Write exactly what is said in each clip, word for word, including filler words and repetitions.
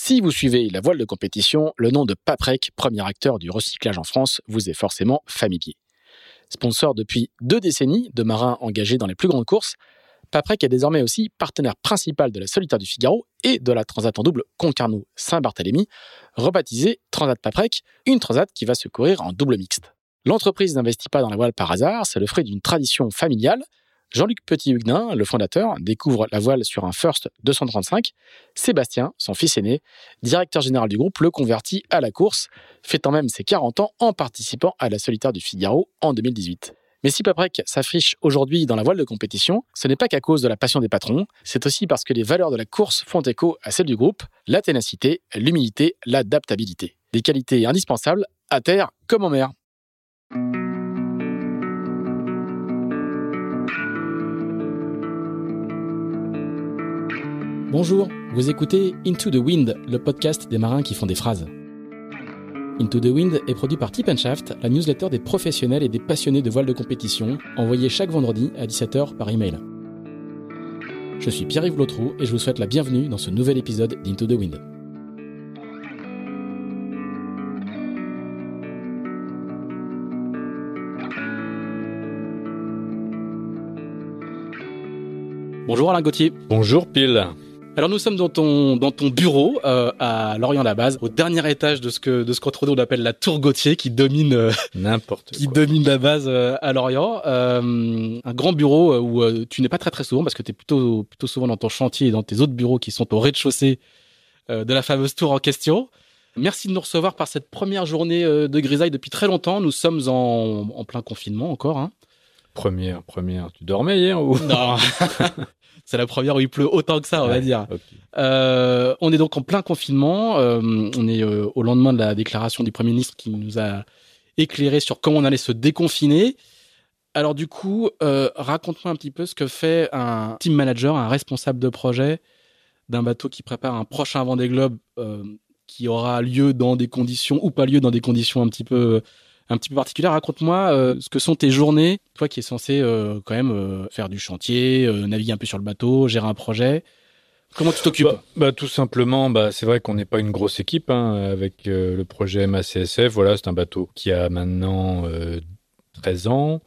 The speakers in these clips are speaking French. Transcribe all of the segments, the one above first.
Si vous suivez la voile de compétition, le nom de Paprec, premier acteur du recyclage en France, vous est forcément familier. Sponsor depuis deux décennies de marins engagés dans les plus grandes courses, Paprec est désormais aussi partenaire principal de la Solitaire du Figaro et de la Transat en double Concarneau-Saint-Barthélemy, rebaptisée Transat Paprec, une transat qui va se courir en double mixte. L'entreprise n'investit pas dans la voile par hasard, c'est le fruit d'une tradition familiale. Jean-Luc Petit-Huguenin, le fondateur, découvre la voile sur un First deux cent trente-cinq. Sébastien, son fils aîné, directeur général du groupe, le convertit à la course, fêtant même ses quarante ans en participant à la Solitaire du Figaro en deux mille dix-huit. Mais si Paprec s'affiche aujourd'hui dans la voile de compétition, ce n'est pas qu'à cause de la passion des patrons, c'est aussi parce que les valeurs de la course font écho à celles du groupe, la ténacité, l'humilité, l'adaptabilité. Des qualités indispensables à terre comme en mer. Bonjour, vous écoutez Into the Wind, le podcast des marins qui font des phrases. Into the Wind est produit par Tip and Shaft, la newsletter des professionnels et des passionnés de voile de compétition, envoyée chaque vendredi à dix-sept heures par email. Je suis Pierre-Yves Lautroux et je vous souhaite la bienvenue dans ce nouvel épisode d'Into the Wind. Bonjour Alain Gauthier. Bonjour Pile. Alors nous sommes dans ton dans ton bureau euh, à Lorient-la-Base, au dernier étage de ce que de ce qu'entre nous on appelle la tour Gauthier, qui domine euh, n'importe qui quoi. domine la base euh, à Lorient. Euh, un grand bureau où euh, tu n'es pas très très souvent parce que tu es plutôt plutôt souvent dans ton chantier et dans tes autres bureaux qui sont au rez-de-chaussée euh, de la fameuse tour en question. Merci de nous recevoir par cette première journée euh, de grisaille depuis très longtemps. Nous sommes en en plein confinement encore. Hein. Première, première. Tu dormais hier ou Non. C'est la première où il pleut autant que ça, on ouais, va dire. Okay. Euh, on est donc en plein confinement. Euh, on est euh, au lendemain de la déclaration du Premier ministre qui nous a éclairé sur comment on allait se déconfiner. Alors du coup, euh, raconte-moi un petit peu ce que fait un team manager, un responsable de projet d'un bateau qui prépare un prochain Vendée Globe euh, qui aura lieu dans des conditions ou pas lieu dans des conditions un petit peu un petit peu particulière. Raconte-moi euh, ce que sont tes journées, toi qui es censé euh, quand même euh, faire du chantier, euh, naviguer un peu sur le bateau, gérer un projet. Comment tu t'occupes ? bah, bah, Tout simplement, bah, c'est vrai qu'on n'est pas une grosse équipe hein, avec euh, le projet M A C S F. Voilà, c'est un bateau qui a maintenant euh, treize ans.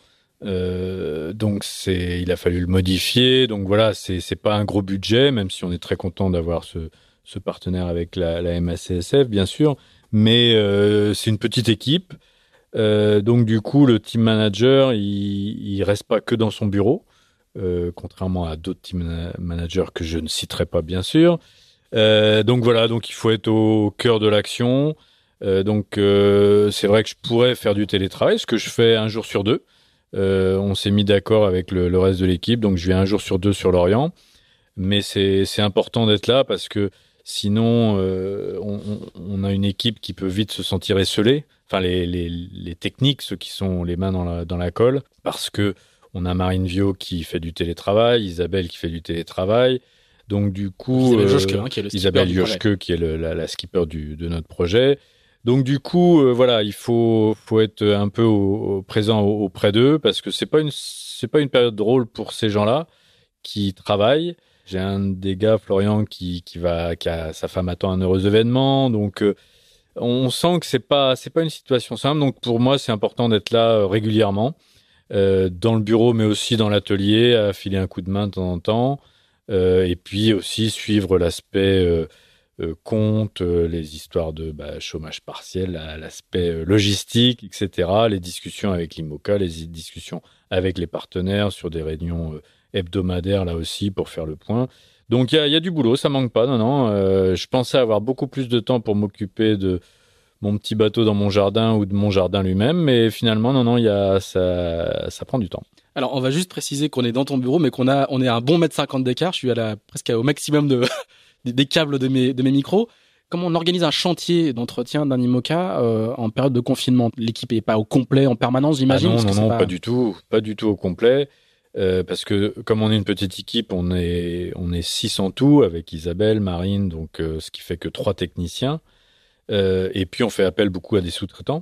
Euh, donc, c'est, il a fallu le modifier. Donc voilà, c'est, c'est pas un gros budget, même si on est très content d'avoir ce, ce partenaire avec la, la M A C S F, bien sûr. Mais euh, c'est une petite équipe. Euh, donc du coup, le team manager, il, il reste pas que dans son bureau, euh, contrairement à d'autres team managers que je ne citerai pas bien sûr. Euh, donc voilà, donc il faut être au cœur de l'action. Euh, donc euh, c'est vrai que je pourrais faire du télétravail, ce que je fais un jour sur deux. Euh, on s'est mis d'accord avec le, le reste de l'équipe, donc je vais un jour sur deux sur Lorient. Mais c'est, c'est important d'être là parce que sinon, euh, on, on a une équipe qui peut vite se sentir esselée. Enfin, les, les, les techniques, ceux qui sont les mains dans la, dans la colle, parce que on a Marine Viau qui fait du télétravail, Isabelle qui fait du télétravail. Donc, du coup, Isabelle euh, Joschke, hein, qui est le Isabelle Joschke, qui est le, la, la skipper du, de notre projet. Donc, du coup, euh, voilà, il faut, faut être un peu au, au présent au, auprès d'eux, parce que c'est pas une, c'est pas une période drôle pour ces gens-là qui travaillent. J'ai un des gars, Florian, qui, qui va, qui a, sa femme attend un heureux événement, donc, euh, on sent que c'est pas c'est pas une situation simple, donc pour moi c'est important d'être là euh, régulièrement euh, dans le bureau, mais aussi dans l'atelier, à filer un coup de main de temps en temps, euh, et puis aussi suivre l'aspect euh, euh, compte, euh, les histoires de bah, chômage partiel, l'aspect euh, logistique, et cetera. Les discussions avec l'IMOCA, les discussions avec les partenaires sur des réunions euh, hebdomadaires là aussi pour faire le point. Donc, il y a, y a du boulot, ça manque pas, non, non. Euh, je pensais avoir beaucoup plus de temps pour m'occuper de mon petit bateau dans mon jardin ou de mon jardin lui-même, mais finalement, non, non, y a, ça, ça prend du temps. Alors, on va juste préciser qu'on est dans ton bureau, mais qu'on a, on est à un bon mètre cinquante d'écart. Je suis à la, presque au maximum de, des câbles de mes, de mes micros. Comment on organise un chantier d'entretien d'un IMOCA euh, en période de confinement ? L'équipe est pas au complet en permanence, j'imagine ? Ah non, parce non, que non, pas... pas du tout, pas du tout au complet. Euh, parce que comme on est une petite équipe, on est on est six en tout avec Isabelle, Marine, donc euh, ce qui fait que trois techniciens. Euh, et puis on fait appel beaucoup à des sous-traitants.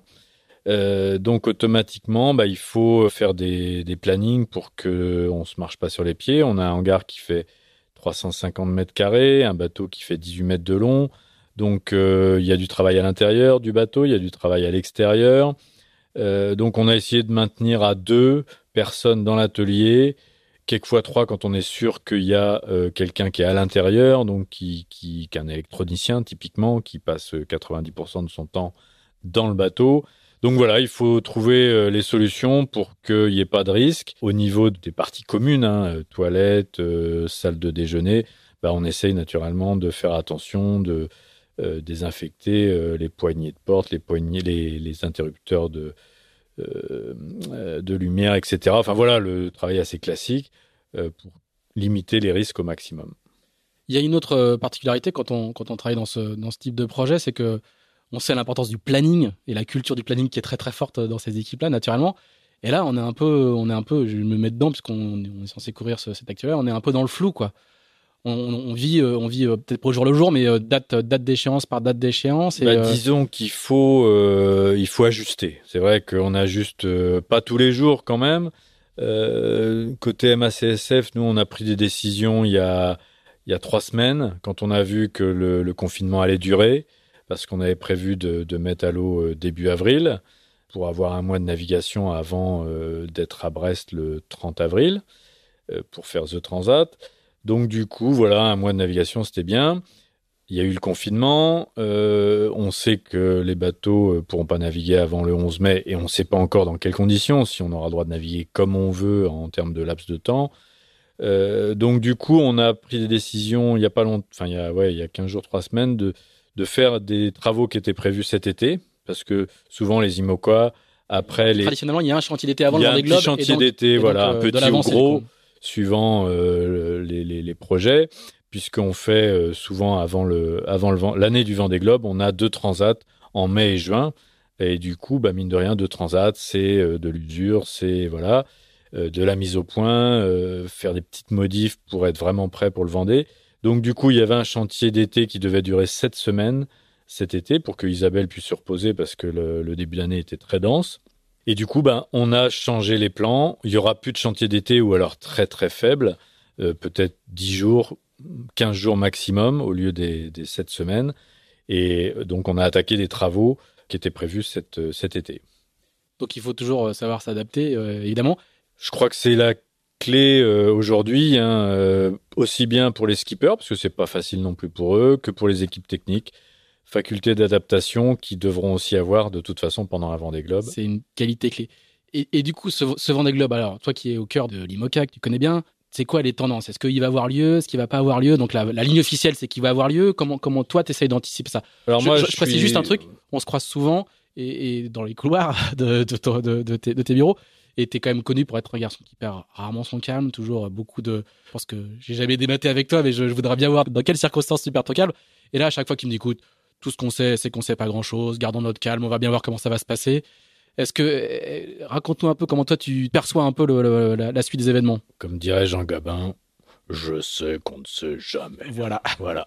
Euh, donc automatiquement, bah il faut faire des des plannings pour que on se marche pas sur les pieds. On a un hangar qui fait trois cent cinquante mètres carrés, un bateau qui fait dix-huit mètres de long. Donc, euh, il y a du travail à l'intérieur du bateau, il y a du travail à l'extérieur. Euh, donc, on a essayé de maintenir à deux personnes dans l'atelier, quelquefois trois quand on est sûr qu'il y a euh, quelqu'un qui est à l'intérieur, donc qui, qui, qui est un électronicien typiquement, qui passe quatre-vingt-dix pour cent de son temps dans le bateau. Donc voilà, il faut trouver euh, les solutions pour qu'il n'y ait pas de risque. Au niveau des parties communes, hein, euh, toilettes, euh, salle de déjeuner, bah, on essaye naturellement de faire attention, de euh, désinfecter euh, les poignées de porte, les poignées, les, les interrupteurs de, euh, de lumière, et cetera. Enfin voilà, le travail assez classique euh, pour limiter les risques au maximum. Il y a une autre particularité quand on, quand on travaille dans ce, dans ce type de projet, c'est que on sait l'importance du planning et la culture du planning qui est très très forte dans ces équipes-là, naturellement. Et là, on est un peu, on est un peu, je vais me mettre dedans puisqu'on on est censé courir ce, cette activité-là, on est un peu dans le flou, quoi. On, on vit, on vit peut-être pas au jour le jour, mais date, date d'échéance par date d'échéance. Et bah, euh... disons qu'il faut, euh, il faut ajuster. C'est vrai qu'on n'ajuste euh, pas tous les jours quand même. Euh, côté M A C S F, nous, on a pris des décisions il y a, il y a trois semaines quand on a vu que le, le confinement allait durer, parce qu'on avait prévu de, de mettre à l'eau début avril pour avoir un mois de navigation avant euh, d'être à Brest le trente avril euh, pour faire The Transat. Donc du coup, voilà, un mois de navigation, c'était bien. Il y a eu le confinement. Euh, on sait que les bateaux ne pourront pas naviguer avant le onze mai et on ne sait pas encore dans quelles conditions, si on aura le droit de naviguer comme on veut en termes de laps de temps. Euh, donc du coup, on a pris des décisions il y a pas longtemps, enfin il y a, ouais, il y a quinze jours, trois semaines, de de faire des travaux qui étaient prévus cet été, parce que souvent les IMOCA, après les... Traditionnellement, il y a un chantier d'été avant le Vendée Globe. Il y a un petit chantier donc, d'été, voilà, donc, un petit ou gros, suivant euh, les, les, les projets, puisqu'on fait euh, souvent avant, le, avant le, l'année du Vendée Globe, on a deux transats en mai et juin, et du coup, bah, mine de rien, deux transats, c'est euh, de l'usure, c'est voilà, euh, de la mise au point, euh, faire des petites modifs pour être vraiment prêt pour le Vendée. Donc, du coup, il y avait un chantier d'été qui devait durer sept semaines cet été pour que Isabelle puisse se reposer parce que le, le début d'année était très dense. Et du coup, ben, on a changé les plans. Il n'y aura plus de chantier d'été ou alors très, très faible, euh, peut-être dix jours, quinze jours maximum au lieu des, des sept semaines. Et donc, on a attaqué des travaux qui étaient prévus cet, cet été. Donc, il faut toujours savoir s'adapter, euh, évidemment. Je crois que c'est la clé euh, aujourd'hui, hein, euh, aussi bien pour les skippers, parce que c'est pas facile non plus pour eux, que pour les équipes techniques. Faculté d'adaptation qui devront aussi avoir de toute façon pendant la Vendée Globe. C'est une qualité clé. Et, et du coup, ce, ce Vendée Globe, alors toi qui es au cœur de l'IMOCA, que tu connais bien, c'est quoi les tendances ? Est-ce qu'il va avoir lieu ? Est-ce qu'il va pas avoir lieu ? Donc la, la ligne officielle, c'est qu'il va avoir lieu. Comment, comment toi, tu essayes d'anticiper ça ? Alors je, moi, je, je, je précise suis... juste un truc. On se croise souvent et, et dans les couloirs de, de, de, de, de, tes, de tes bureaux. Et t'es quand même connu pour être un garçon qui perd rarement son calme, toujours beaucoup de... Je pense que j'ai jamais dématé avec toi, mais je, je voudrais bien voir dans quelles circonstances tu perds ton calme. Et là, à chaque fois qu'il me dit, écoute, tout ce qu'on sait, c'est qu'on sait pas grand-chose, gardons notre calme, on va bien voir comment ça va se passer. Est-ce que... Euh, raconte-nous un peu comment toi, tu perçois un peu le, le, la, la suite des événements. Comme dirait Jean Gabin, je sais qu'on ne sait jamais. Voilà. Voilà.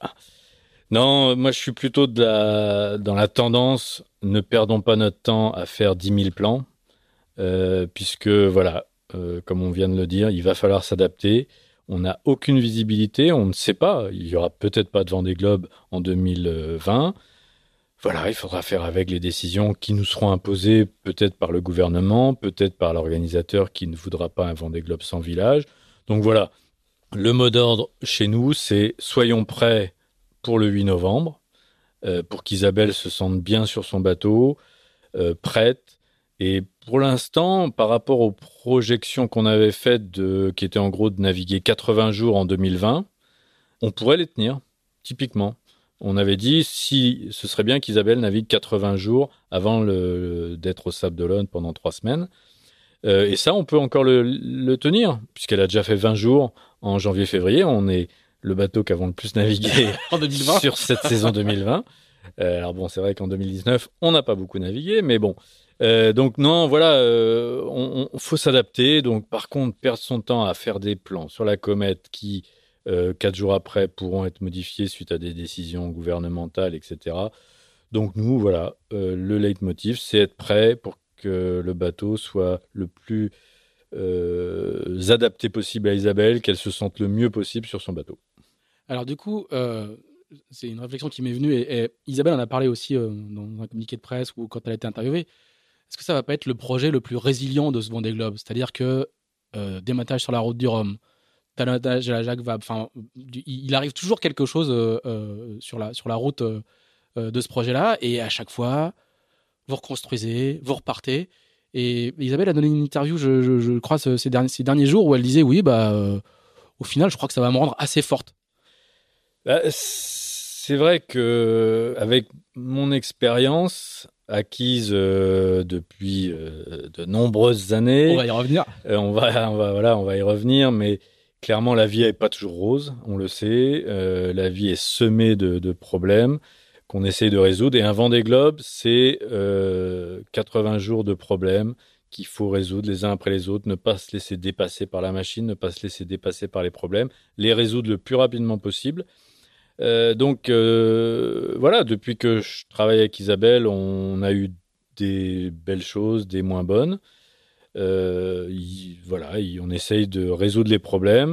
Non, moi, je suis plutôt de la, dans la tendance, ne perdons pas notre temps à faire dix mille plans. Euh, puisque, voilà, euh, comme on vient de le dire, il va falloir s'adapter. On n'a aucune visibilité, on ne sait pas. Il n'y aura peut-être pas de Vendée Globe en deux mille vingt. Voilà, il faudra faire avec les décisions qui nous seront imposées, peut-être par le gouvernement, peut-être par l'organisateur qui ne voudra pas un Vendée Globe sans village. Donc voilà, le mot d'ordre chez nous, c'est soyons prêts pour le huit novembre, euh, pour qu'Isabelle se sente bien sur son bateau, euh, prête. Et pour l'instant, par rapport aux projections qu'on avait faites, de, qui étaient en gros de naviguer quatre-vingts jours en deux mille vingt, on pourrait les tenir, typiquement. On avait dit, si ce serait bien qu'Isabelle navigue quatre-vingts jours avant le, d'être au Sable d'Olonne pendant trois semaines. Euh, et ça, on peut encore le, le tenir, puisqu'elle a déjà fait vingt jours en janvier-février. On est le bateau qui avons le plus navigué en deux mille vingt sur cette saison deux mille vingt. Euh, alors bon, c'est vrai qu'en deux mille dix-neuf, on n'a pas beaucoup navigué, mais bon... Euh, donc non, voilà, euh, on, on faut s'adapter. Donc par contre, perdre son temps à faire des plans sur la comète qui, euh, quatre jours après, pourront être modifiés suite à des décisions gouvernementales, et cetera. Donc nous, voilà, euh, le leitmotiv, c'est être prêt pour que le bateau soit le plus euh, adapté possible à Isabelle, qu'elle se sente le mieux possible sur son bateau. Alors du coup, euh, c'est une réflexion qui m'est venue, et, et Isabelle en a parlé aussi euh, dans un communiqué de presse ou quand elle a été interviewée. Est-ce que ça va pas être le projet le plus résilient de ce Vendée Globe? C'est-à-dire que euh, dématage sur la route du Rhum, talonnage à la Jacques Vabre, enfin, il arrive toujours quelque chose euh, euh, sur, la, sur la route euh, de ce projet-là, et à chaque fois, vous reconstruisez, vous repartez. Et Isabelle a donné une interview, je, je, je crois, ces derniers, ces derniers jours, où elle disait, oui, bah, euh, au final, je crois que ça va me rendre assez forte. Bah, c'est vrai que avec mon expérience acquise euh, depuis euh, de nombreuses années, on va y revenir. Euh, on va, on va, voilà, on va y revenir, mais clairement la vie n'est pas toujours rose, on le sait. Euh, la vie est semée de, de problèmes qu'on essaye de résoudre. Et un Vendée Globe, c'est euh, quatre-vingts jours de problèmes qu'il faut résoudre les uns après les autres, ne pas se laisser dépasser par la machine, ne pas se laisser dépasser par les problèmes, les résoudre le plus rapidement possible. Euh, donc euh, voilà, depuis que je travaille avec Isabelle, on a eu des belles choses, des moins bonnes. Euh, il, voilà, il, on essaye de résoudre les problèmes.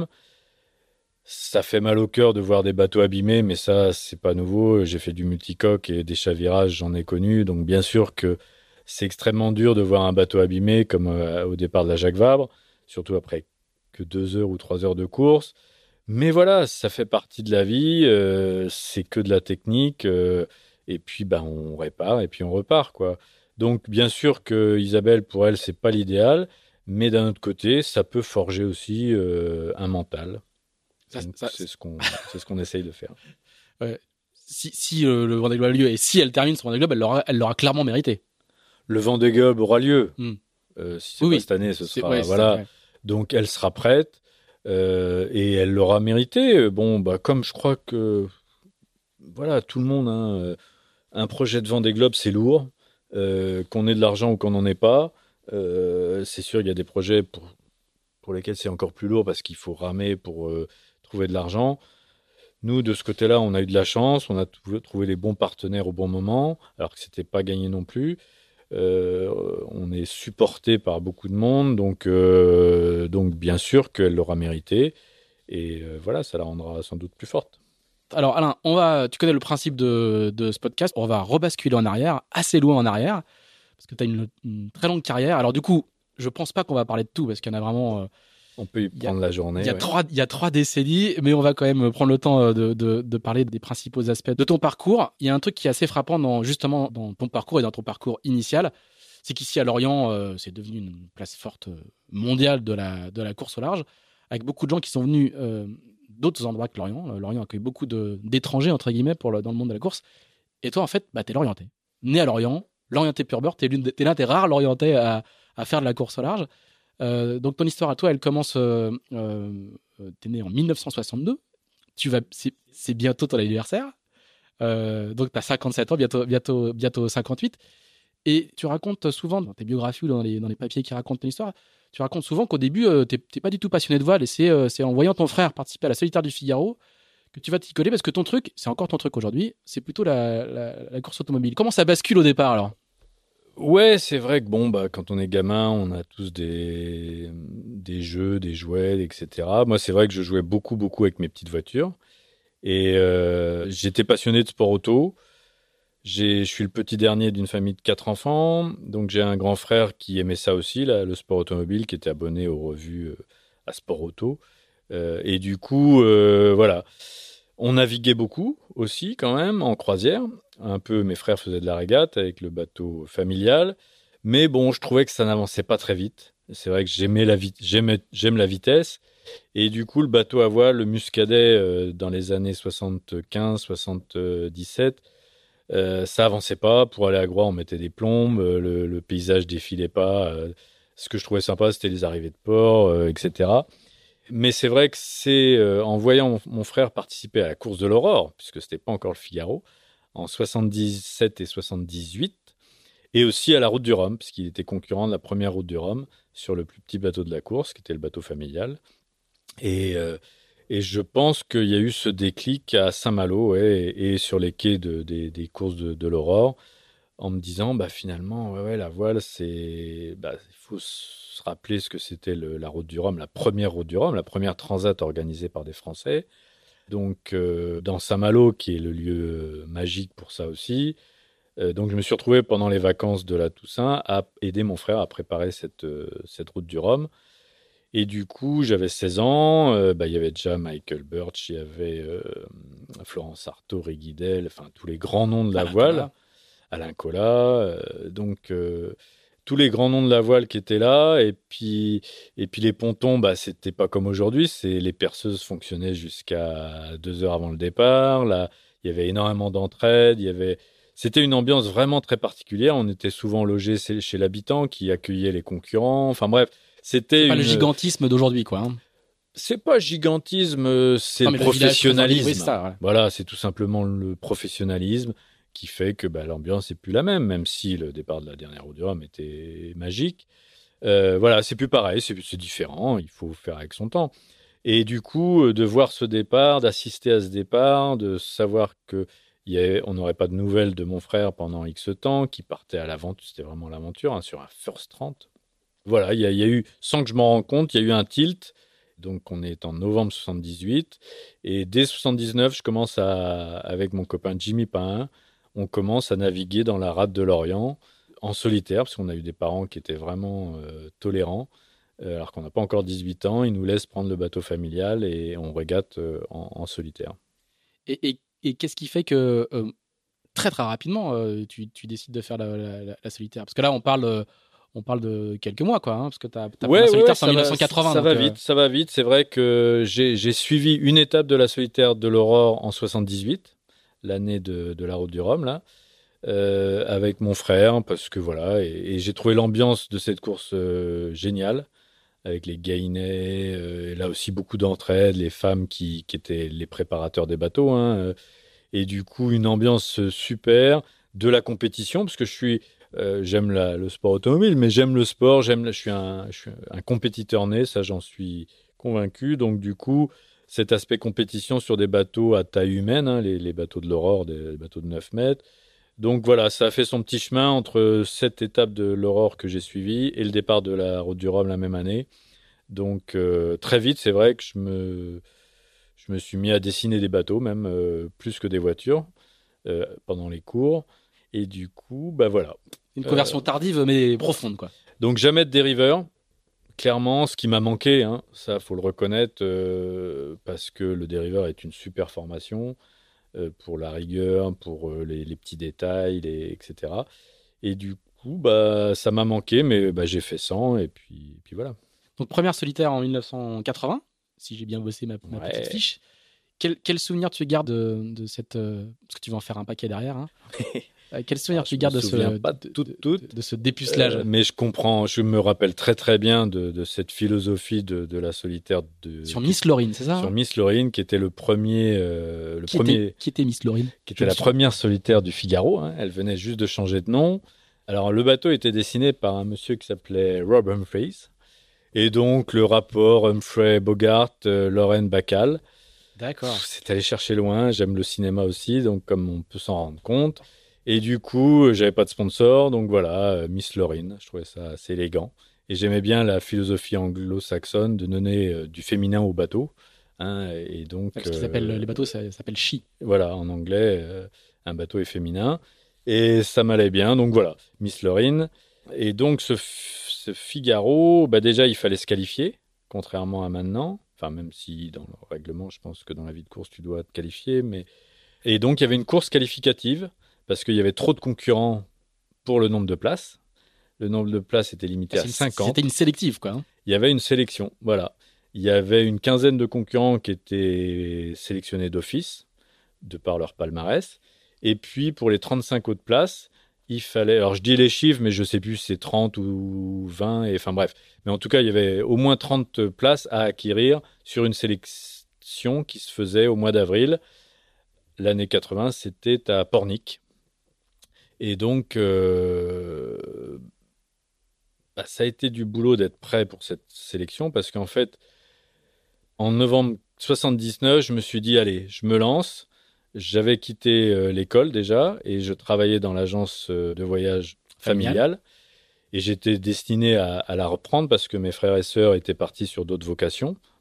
Ça fait mal au cœur de voir des bateaux abîmés, mais ça, c'est pas nouveau. J'ai fait du multicoque et des chavirages, j'en ai connu. Donc bien sûr que c'est extrêmement dur de voir un bateau abîmé, comme euh, au départ de la Jacques Vabre, surtout après que deux heures ou trois heures de course. Mais voilà, ça fait partie de la vie, euh, c'est que de la technique, euh, et puis ben, on répare, et puis on repart, quoi. Donc bien sûr que Isabelle, pour elle, c'est pas l'idéal, mais d'un autre côté, ça peut forger aussi euh, un mental. Ça, Donc ça, c'est ce qu'on c'est ce qu'on essaye de faire. Ouais. Si, si euh, le Vendée Globe a lieu, et si elle termine son Vendée Globe, elle l'aura, elle l'aura clairement mérité. Le Vendée Globe aura lieu. Mm. Euh, si c'est Oui, pas oui. cette année, ce C'est, sera ouais, c'est voilà. ça, ouais. Donc elle sera prête. Euh, et elle l'aura mérité. Bon, bah, comme je crois que voilà, tout le monde, hein, un projet de Vendée Globe, c'est lourd. Euh, qu'on ait de l'argent ou qu'on n'en ait pas, euh, c'est sûr, il y a des projets pour, pour lesquels c'est encore plus lourd parce qu'il faut ramer pour euh, trouver de l'argent. Nous, de ce côté-là, on a eu de la chance, on a t- trouvé les bons partenaires au bon moment, alors que c'était pas gagné non plus. Euh, on est supporté par beaucoup de monde, donc, euh, donc bien sûr qu'elle l'aura mérité. Et euh, voilà, ça la rendra sans doute plus forte. Alors Alain, on va, tu connais le principe de, de ce podcast, on va rebasculer en arrière, assez loin en arrière, parce que tu as une, une très longue carrière. Alors du coup, je pense pas qu'on va parler de tout, parce qu'il y en a vraiment... Euh, on peut y prendre a, la journée. Il y, a ouais. trois, il y a trois décennies, mais on va quand même prendre le temps de, de, de parler des principaux aspects de ton parcours. Il y a un truc qui est assez frappant dans, justement dans ton parcours et dans ton parcours initial, c'est qu'ici à Lorient, euh, c'est devenu une place forte mondiale de la, de la course au large, avec beaucoup de gens qui sont venus... Euh, d'autres endroits que Lorient. Lorient accueille beaucoup de, d'étrangers, entre guillemets, pour le, dans le monde de la course. Et toi, en fait, bah, t'es Lorientais. Né à Lorient, Lorientais pur beurre, t'es, l'une de, t'es l'un des rares Lorientais à, à faire de la course au large. Euh, donc, ton histoire à toi, elle commence... Euh, euh, t'es né en dix-neuf cent soixante-deux. Tu vas, c'est, c'est bientôt ton anniversaire. Euh, donc, t'as cinquante-sept ans, bientôt, bientôt, bientôt cinquante-huit. Et tu racontes souvent, dans tes biographies ou dans les, dans les papiers qui racontent ton histoire, tu racontes souvent qu'au début, euh, tu n'es pas du tout passionné de voile, et c'est, euh, c'est en voyant ton frère participer à la Solitaire du Figaro que tu vas t'y coller, parce que ton truc, c'est encore ton truc aujourd'hui, c'est plutôt la, la, la course automobile. Comment ça bascule au départ alors ? Ouais, c'est vrai que bon, bah, quand on est gamin, on a tous des, des jeux, des jouets, et cetera. Moi, c'est vrai que je jouais beaucoup, beaucoup avec mes petites voitures. Et euh, j'étais passionné de sport auto. J'ai, je suis le petit dernier d'une famille de quatre enfants, donc j'ai un grand frère qui aimait ça aussi, là, le sport automobile, qui était abonné aux revues euh, à sport auto. Euh, et du coup, euh, voilà, on naviguait beaucoup aussi quand même en croisière. Un peu, mes frères faisaient de la régate avec le bateau familial, mais bon, je trouvais que ça n'avançait pas très vite. C'est vrai que j'aimais la vi- j'aimais, j'aime la vitesse. Et du coup, le bateau à voile, le Muscadet, euh, dans les années soixante-quinze soixante-dix-sept, Euh, ça avançait pas. Pour aller à Groix, on mettait des plombes, euh, le, le paysage défilait pas. Euh, ce que je trouvais sympa, c'était les arrivées de port, euh, et cetera. Mais c'est vrai que c'est euh, en voyant mon, mon frère participer à la course de l'Aurore, puisque c'était pas encore le Figaro, en soixante-dix-sept et soixante-dix-huit, et aussi à la Route du Rhum, puisqu'il était concurrent de la première Route du Rhum sur le plus petit bateau de la course, qui était le bateau familial. Et, euh, et je pense qu'il y a eu ce déclic à Saint-Malo, ouais, et, et sur les quais de, des, des courses de, de l'Aurore, en me disant, bah, finalement, ouais, ouais, la voile, c'est, bah, il faut se rappeler ce que c'était le- la route du Rhum, la première route du Rhum, la première transat organisée par des Français. donc euh, dans Saint-Malo, qui est le lieu magique pour ça aussi. Euh, donc je me suis retrouvé pendant les vacances de la Toussaint à aider mon frère à préparer cette, euh, cette route du Rhum. Et du coup, j'avais seize ans, euh, bah, il y avait déjà Michael Birch, il y avait euh, Florence Artaud, Ray Guidel, enfin tous les grands noms de la Alain voile, Colas. Alain Colas, euh, donc euh, tous les grands noms de la voile qui étaient là. Et puis, et puis les pontons, bah, c'était pas comme aujourd'hui, c'est, les perceuses fonctionnaient jusqu'à deux heures avant le départ. Là, il y avait énormément d'entraide, il y avait... C'était une ambiance vraiment très particulière. On était souvent logés chez l'habitant qui accueillait les concurrents. Enfin bref, c'était C'est pas une... le gigantisme d'aujourd'hui, quoi. Hein. C'est pas gigantisme, c'est Non, le mais le village présent, professionnalisme. oui, c'est ça, ouais. Voilà, c'est tout simplement le professionnalisme qui fait que bah, l'ambiance est plus la même, même si le départ de la dernière route du Rhum était magique. Euh, voilà, c'est plus pareil, c'est, c'est différent, il faut faire avec son temps. Et du coup, euh, de voir ce départ, d'assister à ce départ, de savoir que il y avait, on n'aurait pas de nouvelles de mon frère pendant X temps, qui partait à l'aventure, c'était vraiment l'aventure, hein, sur un First trente. Voilà, il y, a, il y a eu, sans que je m'en rende compte, il y a eu un tilt. Donc, on est en novembre soixante-dix-huit. Et dès soixante-dix-neuf, je commence à, avec mon copain Jimmy Pain, on commence à naviguer dans la rade de l'Orient en solitaire, parce qu'on a eu des parents qui étaient vraiment euh, tolérants. Euh, alors qu'on n'a pas encore dix-huit ans, ils nous laissent prendre le bateau familial et on régate euh, en, en solitaire. Et, et, et qu'est-ce qui fait que euh, très très rapidement, euh, tu, tu décides de faire la, la, la, la solitaire? Parce que là, on parle, euh, on parle de quelques mois, quoi, hein, parce que tu as Ouais, la ouais, solitaire, ouais, c'est en ça mille neuf va, cent quatre-vingts. ça donc, va euh, vite, ça va vite. C'est vrai que j'ai, j'ai suivi une étape de la solitaire de l'Aurore en soixante-dix-huit, l'année de, de la route du Rhum, là, euh, avec mon frère, parce que voilà, et, et j'ai trouvé l'ambiance de cette course euh, géniale, avec les gainets, euh, et là aussi beaucoup d'entraide, les femmes qui, qui étaient les préparateurs des bateaux, hein, euh, et du coup une ambiance euh, super, de la compétition, parce que je suis, euh, j'aime la- le sport automobile, mais j'aime le sport, j'aime, la- je suis un, je suis un compétiteur né, ça j'en suis convaincu, donc du coup cet aspect compétition sur des bateaux à taille humaine, hein, les, les bateaux de l'Aurore, des les bateaux de neuf mètres. Donc voilà, ça a fait son petit chemin entre cette étape de l'Aurore que j'ai suivie et le départ de la route du Rhum la même année. Donc euh, très vite, c'est vrai que je me, je me suis mis à dessiner des bateaux, même euh, plus que des voitures, euh, pendant les cours. Et du coup, bah voilà. une conversion Euh, tardive, mais profonde, quoi. Donc jamais de dériveur. Clairement, ce qui m'a manqué, hein, ça faut le reconnaître, euh, parce que le dériveur est une super formation euh, pour la rigueur, pour euh, les, les petits détails, les, et cetera. Et du coup, bah, ça m'a manqué, mais bah, j'ai fait cent, et puis, et puis voilà. Donc, première solitaire en mille neuf cent quatre-vingts, si j'ai bien bossé ma, ma Ouais. petite fiche. Quel, quel souvenir tu gardes de, de cette... euh, parce que tu vas en faire un paquet derrière. Hein. Euh, quel souvenir Alors, tu je me gardes de ce, souviens pas de, toutes, de- toutes. de- de ce dépucelage? Euh, mais je comprends, je me rappelle très très bien de, de cette philosophie de, de la solitaire de, Sur Miss Laurine, c'est ça? sur hein Miss Laurine, qui était le premier, euh, le qui, premier, était, qui était Miss Laurine? qui Je était me la souviens. première solitaire du Figaro, hein. Elle venait juste de changer de nom. Alors le bateau était dessiné par un monsieur qui s'appelait Rob Humphreys, et donc le rapport Humphrey Bogart, euh, Lorraine Bacall. D'accord. Pff, C'est allé chercher loin. J'aime le cinéma aussi, donc comme on peut s'en rendre compte. Et du coup, euh, j'avais pas de sponsor, donc voilà, euh, Miss Laurine. Je trouvais ça assez élégant. Et j'aimais bien la philosophie anglo-saxonne de donner euh, du féminin au bateau, hein. Et donc, Parce qu'ils euh, s'appellent, les bateaux, ça s'appelle She. voilà, en anglais, euh, un bateau est féminin. Et ça m'allait bien, donc voilà, Miss Laurine. Et donc, ce, F- ce Figaro, bah déjà, il fallait se qualifier, contrairement à maintenant. Enfin, même si dans le règlement, je pense que dans la vie de course, tu dois te qualifier. Mais... Et donc, il y avait une course qualificative, parce qu'il y avait trop de concurrents pour le nombre de places. Le nombre de places était limité C'est à une- cinquante. C'était une sélective, quoi. hein. Il y avait une sélection, voilà. Il y avait une quinzaine de concurrents qui étaient sélectionnés d'office, de par leur palmarès. Et puis, pour les trente-cinq autres places, il fallait... Alors, je dis les chiffres, mais je ne sais plus si c'est trente ou vingt. Et... Enfin, bref. Mais en tout cas, il y avait au moins trente places à acquérir sur une sélection qui se faisait au mois d'avril. L'année quatre-vingts, c'était à Pornic. Et donc, euh, bah, ça a été du boulot d'être prêt pour cette sélection, parce qu'en fait, en novembre soixante-dix-neuf, je me suis dit, allez, je me lance. J'avais quitté euh, l'école déjà, et je travaillais dans l'agence euh, de voyage Familial. familiale. Et j'étais destiné à, à la reprendre, parce que mes frères et sœurs étaient partis sur d'autres vocations.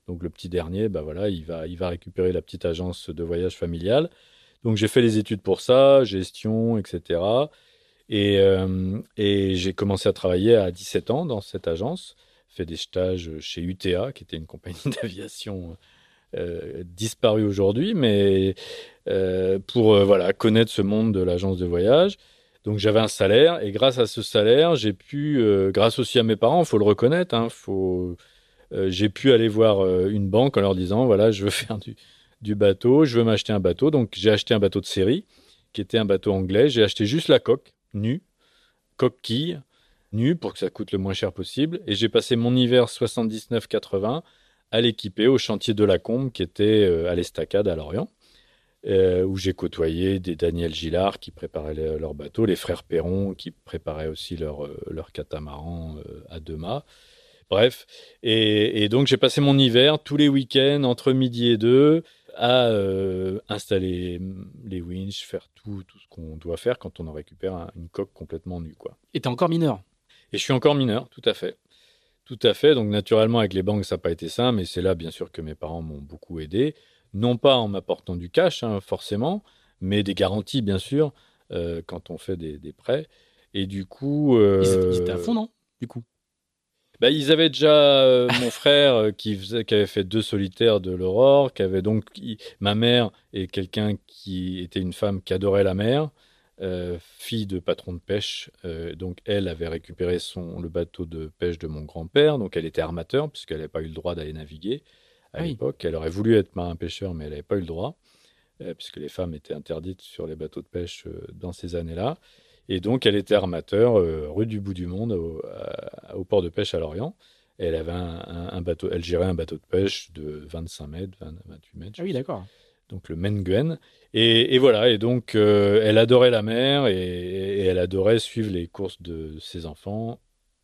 Donc le petit dernier, bah voilà, il va, il va récupérer la petite agence de voyage familiale. Donc j'ai fait les études pour ça, gestion, et cetera. Et, euh, et j'ai commencé à travailler à dix-sept ans dans cette agence, fait des stages chez U T A, qui était une compagnie d'aviation euh, disparue aujourd'hui, mais euh, pour euh, voilà, connaître ce monde de l'agence de voyage. Donc j'avais un salaire, et grâce à ce salaire, j'ai pu, euh, grâce aussi à mes parents, il faut le reconnaître, hein, faut, euh, j'ai pu aller voir euh, une banque en leur disant, voilà, je veux faire du, du bateau, je veux m'acheter un bateau. Donc j'ai acheté un bateau de série, qui était un bateau anglais. J'ai acheté juste la coque, nue, coque-quille, nue, pour que ça coûte le moins cher possible. Et j'ai passé mon hiver soixante-dix-neuf quatre-vingts à l'équiper au chantier de la Combe, qui était euh, à l'Estacade à Lorient, euh, où j'ai côtoyé des Daniel Gillard qui préparaient le- leur bateau, les frères Perron qui préparaient aussi leur, euh, leur catamaran euh, à deux mâts. Bref, et, et donc j'ai passé mon hiver tous les week-ends entre midi et deux à euh, installer les winches, faire tout, tout ce qu'on doit faire quand on en récupère un- une coque complètement nue, quoi. Et t'es encore mineur. Et je suis encore mineur, tout à fait. Tout à fait. Donc naturellement avec les banques ça n'a pas été simple, mais c'est là bien sûr que mes parents m'ont beaucoup aidé, non pas en m'apportant du cash hein, forcément, mais des garanties bien sûr euh, quand on fait des, des prêts. Et du coup, Ils étaient, ils étaient à euh, fond, non? Du coup. bah, ils avaient déjà euh, mon frère euh, qui faisait, qui avait fait deux solitaires de l'Aurore, qui avait donc qui- ma mère et quelqu'un qui était une femme qui adorait la mer, euh, fille de patron de pêche. Euh, donc elle avait récupéré son le bateau de pêche de mon grand-père, donc elle était armateur puisqu'elle n'avait pas eu le droit d'aller naviguer à Ah oui. l'époque. Elle aurait voulu être marin-pêcheur, mais elle n'avait pas eu le droit euh, puisque les femmes étaient interdites sur les bateaux de pêche euh, dans ces années-là. Et donc, elle était armateur euh, rue du bout du monde au, à- au port de pêche à Lorient. Et elle avait un, un- un bateau, elle gérait un bateau de pêche de vingt-cinq mètres, vingt, vingt-huit mètres, Ah je oui, sais. d'accord. Donc le Menguen. Et, et voilà, et donc euh, elle adorait la mer et, et elle adorait suivre les courses de ses enfants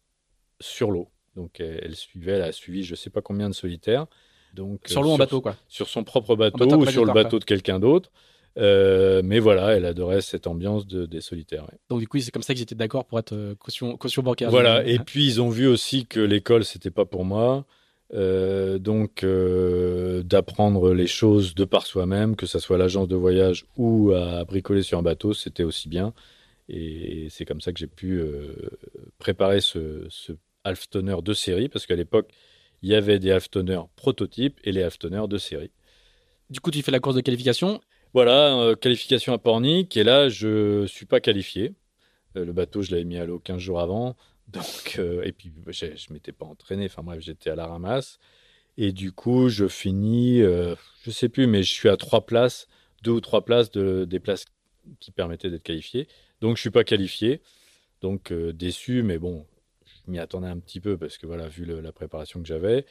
sur l'eau. Donc elle, elle suivait, elle a suivi je sais pas combien de solitaires. Donc euh, Sur l'eau en sur, bateau, quoi. sur son propre En bateau bateau ou sur le accommodateur, quoi. bateau de quelqu'un d'autre. Euh, mais voilà, elle adorait cette ambiance de, des solitaires. Ouais. Donc, du coup, c'est comme ça qu'ils étaient d'accord pour être euh, caution, caution bancaire, Voilà, j'imagine. et puis ils ont vu aussi que l'école, c'était pas pour moi. Euh, donc, euh, d'apprendre les choses de par soi-même, que ça soit à l'agence de voyage ou à bricoler sur un bateau, c'était aussi bien. Et c'est comme ça que j'ai pu euh, préparer ce, ce halftoner de série, parce qu'à l'époque, il y avait des halftoners prototypes et les halftoners de série. Du coup, tu fais la course de qualification. Voilà, euh, qualification à Pornic, et là, je suis pas qualifié. Euh, le bateau, je l'avais mis à l'eau quinze jours avant. Donc, euh, et puis, je ne m'étais pas entraîné. Enfin bref, j'étais à la ramasse. Et du coup, je finis, euh, je sais plus, mais je suis à trois places, deux ou trois places de, des places qui permettaient d'être qualifié. Donc, je suis pas qualifié. Donc, euh, déçu, mais bon, je m'y attendais un petit peu parce que voilà, vu le- la préparation que j'avais.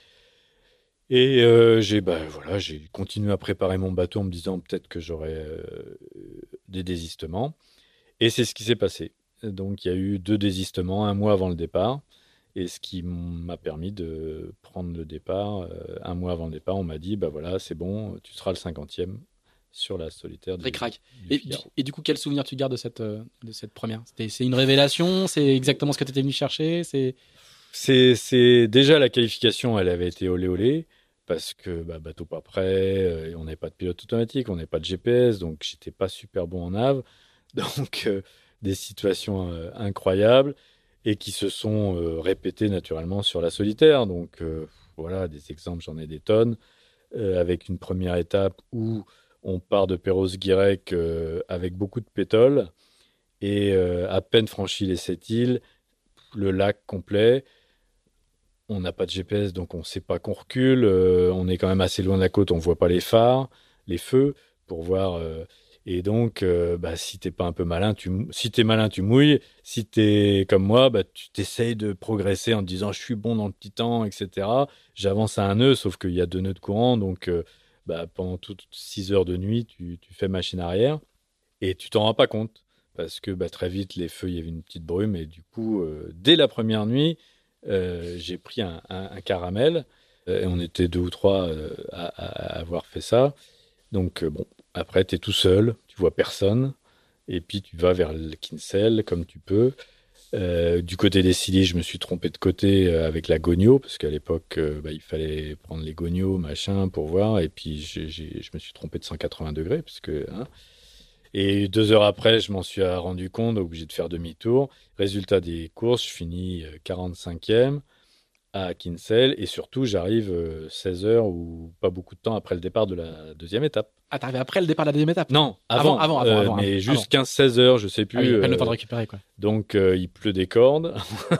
Et euh, j'ai bah, voilà, j'ai continué à préparer mon bateau en me disant peut-être que j'aurais euh, des désistements. Et c'est ce qui s'est passé. Donc, il y a eu deux désistements un mois avant le départ. Et ce qui m'a permis de prendre le départ. Euh, un mois avant le départ, on m'a dit, bah voilà, c'est bon, tu seras le cinquantième sur la solitaire du, Ric-rac. du Et, du- Figaro. et du coup, quel souvenir tu gardes de cette, euh, de cette première? C'était, c'est une révélation? C'est exactement ce que tu étais venu chercher? C'est... C'est, c'est déjà la qualification, elle avait été olé olé parce que bah, bateau pas prêt, euh, et on n'avait pas de pilote automatique, on n'avait pas de G P S, donc j'étais pas super bon en nav. Donc euh, des situations euh, incroyables et qui se sont euh, répétées naturellement sur la solitaire. Donc euh, voilà, des exemples, j'en ai des tonnes. Euh, avec une première étape où on part de Perros-Guirec euh, avec beaucoup de pétole et euh, à peine franchi les sept îles, le lac complet. On n'a pas de G P S, donc on ne sait pas qu'on recule. Euh, on est quand même assez loin de la côte, on ne voit pas les phares, les feux, pour voir. euh, et donc, euh, bah, si t'es pas un peu malin, tu, mou- si t'es malin, tu mouilles. Si t'es comme moi, bah, tu t'essayes de progresser en te disant je suis bon dans le petit temps, et cetera. J'avance à un nœud, sauf qu'il y a deux nœuds de courant, donc euh, bah, pendant toutes six heures de nuit, tu, tu fais machine arrière et tu t'en rends pas compte parce que bah, très vite les feux, il y avait une petite brume et du coup, euh, dès la première nuit, euh, j'ai pris un, un- un caramel euh, et on était deux ou trois euh, à, à- à avoir fait ça. Donc euh, bon, après tu es tout seul, tu vois personne et puis tu vas vers le Kinsel comme tu peux. Euh, du côté des Scilly, je me suis trompé de côté euh, avec la Gogno, parce qu'à l'époque, euh, bah, il fallait prendre les Gogno, machin, pour voir. Et puis, j'ai, j'ai, je me suis trompé de cent quatre-vingts degrés, parce que, hein. Et deux heures après, je m'en suis rendu compte, obligé de faire demi-tour. Résultat des courses, je finis euh, quarante-cinquième à Kinsale. Et surtout, j'arrive euh, seize heures ou pas beaucoup de temps après le départ de la deuxième étape. Ah, t'arrives après le départ de la deuxième étape? Non, avant, avant, avant, euh, avant, mais avant. juste quinze seize heures, je sais plus. Ah oui, à peine le euh, temps de récupérer, quoi. Donc, euh, il pleut des cordes.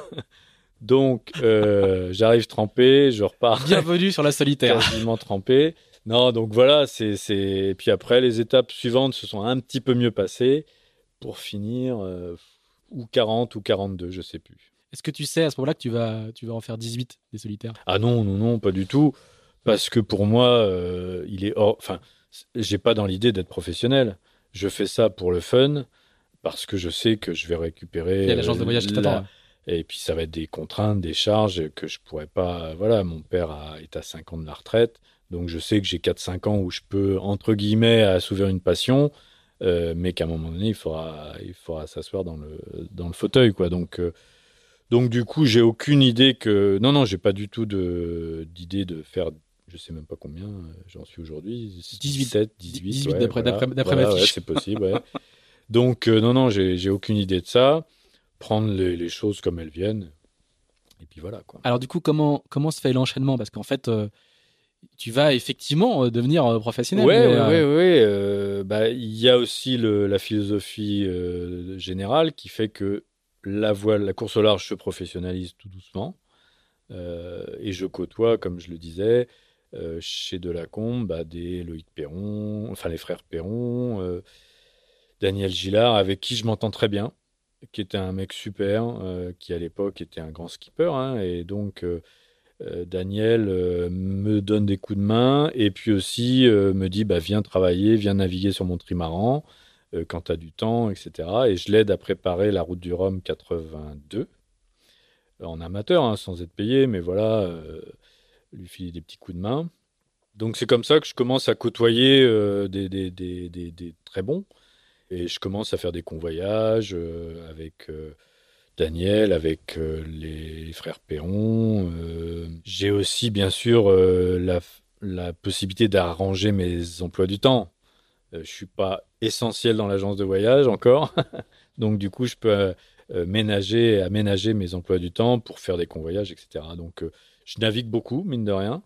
Donc, euh, j'arrive trempé, je repars Bienvenue sur la solitaire. quasiment trempé. Non, donc voilà, c'est, c'est... Et puis après, les étapes suivantes se sont un petit peu mieux passées pour finir euh, ou quarante ou quarante-deux, je sais plus. Est-ce que tu sais à ce moment-là que tu vas, tu vas en faire dix-huit des solitaires? Ah non, non, non, pas du tout. Parce que pour moi, euh, il est hors... Enfin, j'ai pas dans l'idée d'être professionnel. Je fais ça pour le fun, parce que je sais que je vais récupérer... Il y a l'agence de voyage qui la- t'attend. Et puis ça va être des contraintes, des charges que je pourrais pas... Voilà, mon père a- est à cinq ans de la retraite, donc je sais que j'ai quatre cinq ans où je peux, entre guillemets, assouvir une passion, euh, mais qu'à un moment donné, il faudra, il faudra s'asseoir dans le, dans le fauteuil, quoi. Donc, euh, donc du coup, j'ai aucune idée que... Non, non, j'ai pas du tout de, d'idée de faire... Je sais même pas combien euh, j'en suis aujourd'hui. dix-huit. dix-sept, dix-huit, dix-huit ouais, d'après- voilà. d'après- d'après Voilà, ma ouais, fiche. c'est possible, ouais. Donc, euh, non, non, j'ai, j'ai aucune idée de ça. Prendre les, les choses comme elles viennent. Et puis voilà, quoi. Alors du coup, comment, comment se fait l'enchaînement? Parce qu'en fait, euh, tu vas effectivement euh, devenir euh, professionnel. Ouais, mais, ouais, euh, ouais, ouais. euh, bah, il y a aussi le, la philosophie euh, générale qui fait que la voile, la course au large se professionnalise tout doucement. Euh, et je côtoie, comme je le disais, euh, chez Delacombe, bah, des Loïc Perron, enfin les frères Perron, euh, Daniel Gillard, avec qui je m'entends très bien, qui était un mec super, euh, qui à l'époque était un grand skipper, hein, et donc euh, euh, Daniel euh, me donne des coups de main, et puis aussi euh, me dit, bah, viens travailler, viens naviguer sur mon trimaran, euh, quand tu as du temps, et cetera. Et je l'aide à préparer la route du Rhum quatre-vingt-deux, en amateur, hein, sans être payé, mais voilà, euh, lui filer des petits coups de main. Donc c'est comme ça que je commence à côtoyer euh, des, des, des, des, des très bons. Et je commence à faire des convoyages euh, avec euh, Daniel, avec euh, les frères Perron. Euh, j'ai aussi, bien sûr, euh, la, la possibilité d'arranger mes emplois du temps. Euh, je ne suis pas essentiel dans l'agence de voyage encore. Donc, du coup, je peux euh, euh, ménager, aménager mes emplois du temps pour faire des convoyages, et cetera. Donc, euh, je navigue beaucoup, mine de rien.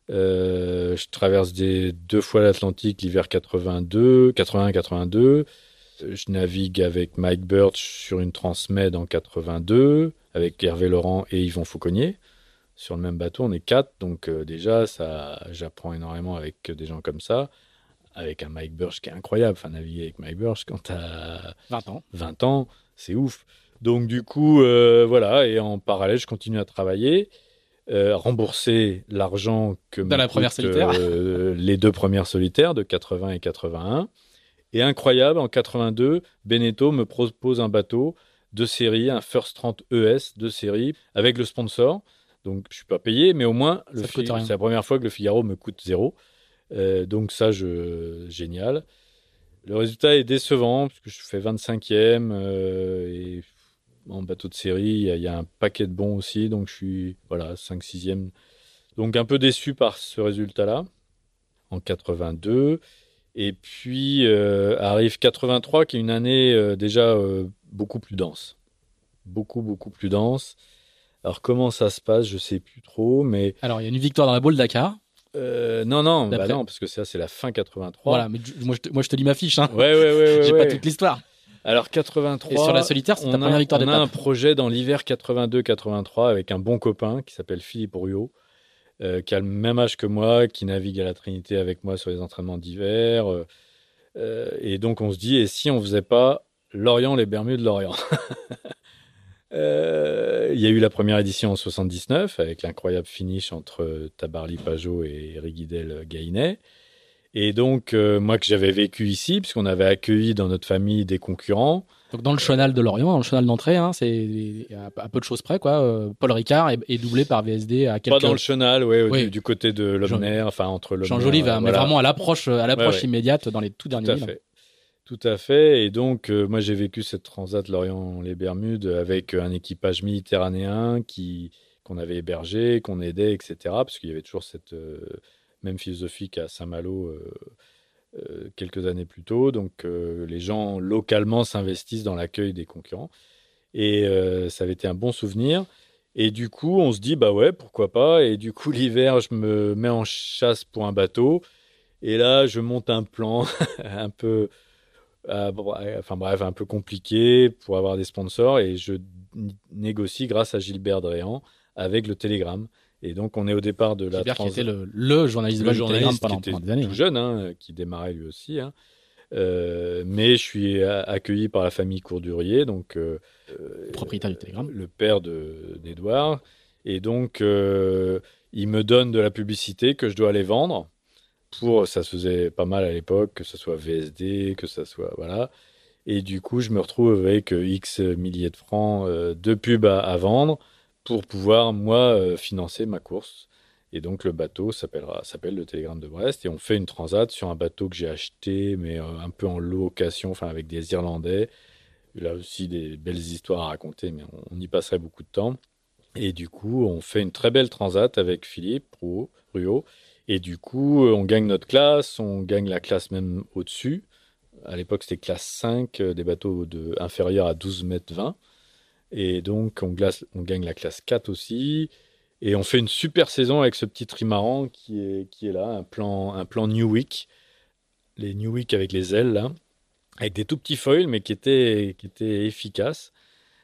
Euh, je traverse des, deux fois l'Atlantique l'hiver quatre-vingt-deux, quatre-vingt-un quatre-vingt-deux. Je navigue avec Mike Birch sur une Transmed en quatre-vingt-deux, avec Hervé Laurent et Yvon Fauconnier. Sur le même bateau, on est quatre, donc euh, déjà, ça, j'apprends énormément avec des gens comme ça. Avec un Mike Birch qui est incroyable. Enfin, naviguer avec Mike Birch quand t'as vingt ans. vingt ans, c'est ouf. Donc, du coup, euh, voilà. Et en parallèle, je continue à travailler, euh, rembourser l'argent que Dans me la première coûtent, solitaire. euh, les deux premières solitaires de quatre-vingts et quatre-vingt-un. Et incroyable, en quatre-vingt-deux, Beneteau me propose un bateau de série, un First trente E S de série, avec le sponsor. Donc, je suis pas payé, mais au moins, le Ça te coûte Fi- rien. c'est la première fois que le Figaro me coûte zéro. Euh, donc ça, je... génial. Le résultat est décevant, parce que je fais vingt-cinquième, euh, et en bateau de série, il y, a- il y a un paquet de bons aussi, donc je suis voilà, cinq sixième. Donc un peu déçu par ce résultat-là, en quatre-vingt-deux. Et puis euh, arrive quatre-vingt-trois, qui est une année euh, déjà euh, beaucoup plus dense. Beaucoup, beaucoup plus dense. Alors comment ça se passe, je sais plus trop, mais... Alors, il y a une victoire dans la Bowl Dakar. Euh, non, non, bah D'après- non, parce que ça, c'est la fin quatre-vingt-trois. Voilà, mais je- moi je, te, moi je te lis ma fiche. Hein. Ouais, ouais, ouais, ouais. J'ai ouais. pas toute l'histoire. Alors quatre-vingt-trois. Et sur la solitaire, c'est ta on première a, victoire on a d'étape. un projet dans l'hiver quatre-vingt-deux quatre-vingt-trois avec un bon copain qui s'appelle Philippe Rouillot, euh, qui a le même âge que moi, qui navigue à la Trinité avec moi sur les entraînements d'hiver. euh, euh, et donc on se dit, et si on faisait pas Lorient, les Bermudes, Lorient? Euh, Il y a eu la première édition en soixante-dix-neuf avec l'incroyable finish entre Tabarly Pajot et Rigidel Gainet. Et donc, euh, moi que j'avais vécu ici, puisqu'on avait accueilli dans notre famille des concurrents. Donc dans le chenal de Lorient, dans le chenal d'entrée, hein, c'est à, à peu de choses près, quoi. euh, Paul Ricard est, est doublé par V S D à quelques... Pas dans le chenal, ouais, Oui. du, du côté de Lomner, enfin entre Lomner. Jean Jolive, euh, mais voilà. vraiment à l'approche, à l'approche Ouais, ouais. immédiate dans les tout derniers Tout à milles. fait. Tout à fait. Et donc, euh, moi, j'ai vécu cette transat Lorient-les-Bermudes avec un équipage méditerranéen qui, qu'on avait hébergé, qu'on aidait, et cetera. Parce qu'il y avait toujours cette euh, même philosophie qu'à Saint-Malo euh, euh, quelques années plus tôt. Donc, euh, les gens localement s'investissent dans l'accueil des concurrents. Et euh, ça avait été un bon souvenir. Et du coup, on se dit, bah ouais, pourquoi pas. Et du coup, l'hiver, je me mets en chasse pour un bateau. Et là, je monte un plan un peu euh, bon, ouais, enfin bref, un peu compliqué pour avoir des sponsors et je n- négocie grâce à Gilbert Dréan avec le Télégramme. Et donc, on est au départ de la Gilbert qui trans... était le, le journaliste de le base du Télégramme journaliste qui pendant, était pendant des années. tout Ouais. jeune, hein, qui démarrait lui aussi. Hein. Euh, mais je suis a- accueilli par la famille Courdurier, donc euh, Le propriétaire du euh, Télégramme. le père de, d'Édouard. Et donc, euh, il me donne de la publicité que je dois aller vendre. Pour, ça se faisait pas mal à l'époque, que ce soit V S D, que ce soit voilà. Et du coup, je me retrouve avec euh, X milliers de francs euh, de pub à, à vendre pour pouvoir, moi, euh, financer ma course. Et donc, le bateau s'appellera, s'appelle le Télégramme de Brest. Et on fait une transat sur un bateau que j'ai acheté, mais euh, un peu en location, enfin, avec des Irlandais. Là aussi, des belles histoires à raconter, mais on, on y passerait beaucoup de temps. Et du coup, on fait une très belle transat avec Philippe Rouault. Ruot. Et du coup, on gagne notre classe, on gagne la classe même au-dessus. À l'époque, c'était classe cinq, euh, des bateaux de, inférieurs à douze mètres vingt. Et donc, on, glace- on gagne la classe quatre aussi. Et on fait une super saison avec ce petit trimaran qui est, qui est là, un plan, un plan Newick. Les Newick avec les ailes, là. Avec des tout petits foils, mais qui étaient, qui étaient efficaces.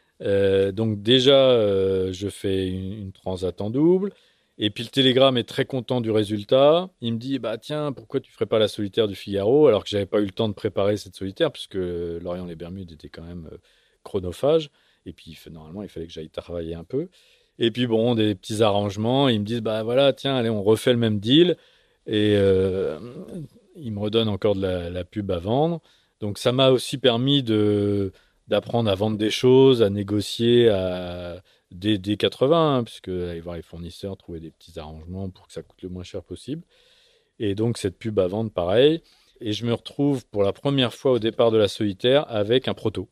Euh, donc déjà, euh, je fais une, une transat en double. Et puis le Télégramme est très content du résultat. Il me dit, bah tiens, pourquoi tu ferais pas la solitaire du Figaro? Alors que j'avais pas eu le temps de préparer cette solitaire, puisque Lorient-les-Bermudes était quand même euh, chronophage. Et puis il fait- normalement, il fallait que j'aille travailler un peu. Et puis bon, des petits arrangements. Ils me disent, bah voilà, tiens, allez, on refait le même deal. Et euh, ils me redonnent encore de la, la pub à vendre. Donc ça m'a aussi permis de d'apprendre à vendre des choses, à négocier à dès, dès quatre-vingts, hein, puisque aller voir les fournisseurs, trouver des petits arrangements pour que ça coûte le moins cher possible. Et donc cette pub à vendre, pareil. Et je me retrouve pour la première fois au départ de la solitaire avec un proto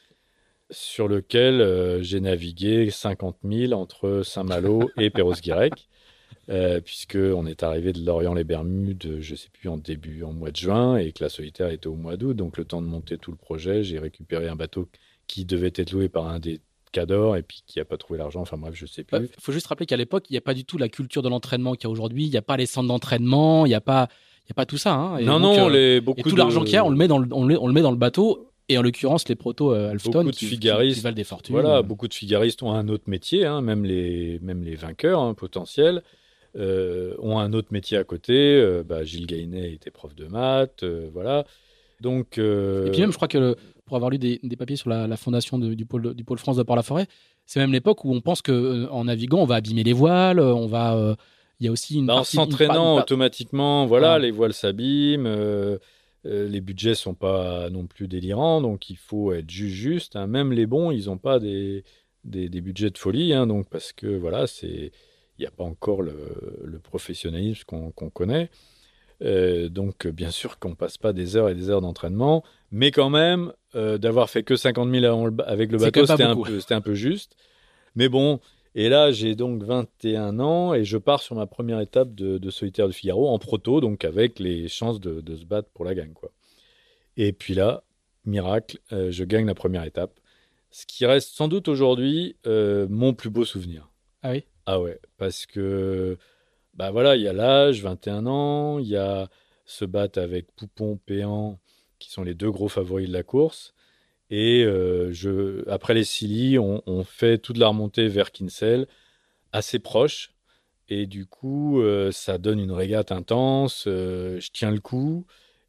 sur lequel euh, j'ai navigué cinquante mille entre Saint-Malo et Perros-Guirec. Euh, puisque on est arrivé de Lorient-les-Bermudes, je sais plus, en début, en mois de juin, et que la solitaire était au mois d'août. Donc, le temps de monter tout le projet, j'ai récupéré un bateau qui devait être loué par un des cadors et puis qui n'a pas trouvé l'argent. Enfin, bref, je sais Il plus. faut juste rappeler qu'à l'époque, il n'y a pas du tout la culture de l'entraînement qu'il y a aujourd'hui. Il n'y a pas les centres d'entraînement, il n'y a pas, il y a pas tout ça. Hein. Et Non, donc, non, euh, les, et beaucoup tout l'argent qu'il y a, on le de, met dans le, on le, on le met dans le bateau. Et en l'occurrence, les protos euh, Alstom beaucoup de qui, qui, qui figaristes, valent des fortunes. voilà, euh. beaucoup de figaristes ont un autre métier, hein, même les, même les vainqueurs hein, potentiels. Euh, ont un autre métier à côté. Euh, bah, Gilles Gainet était prof de maths, euh, voilà. Donc, Et puis euh, même, je crois que le- pour avoir lu des, des papiers sur la, la fondation de- du, pôle, du pôle France de Port-la-Forêt, c'est même l'époque où on pense que euh, en naviguant, on va abîmer les voiles, euh, on va. euh, Il y a aussi une bah, en partie. Une, pa- une s'entraînant pa- automatiquement, voilà, voilà. les voiles s'abîment, euh, euh, les budgets sont pas non plus délirants, donc il faut être ju- juste. Hein. Même les bons, ils n'ont pas des, des, des budgets de folie, hein, donc parce que voilà, c'est il n'y a pas encore le, le professionnalisme qu'on qu'on connaît. Euh, donc bien sûr qu'on passe pas des heures et des heures d'entraînement, mais quand même euh, d'avoir fait que cinquante mille avant le ba- avec le C'est quand bateau, même pas c'était un beaucoup. peu, c'était un peu juste. Mais bon, et là, j'ai donc vingt et un ans et je pars sur ma première étape de, de solitaire du Figaro en proto, donc avec les chances de, de se battre pour la gagne, quoi. Et puis là, miracle, euh, je gagne la première étape, ce qui reste sans doute aujourd'hui euh, mon plus beau souvenir. Ah oui. Ah ouais, parce que, bah voilà, il y a l'âge, vingt et un ans, il y a se battre avec Poupon, Péan, qui sont les deux gros favoris de la course. Et euh, je, après les Scilly, on, on fait toute la remontée vers Kinsale, assez proche. Et du coup, euh, ça donne une régate intense. Euh, je tiens le coup.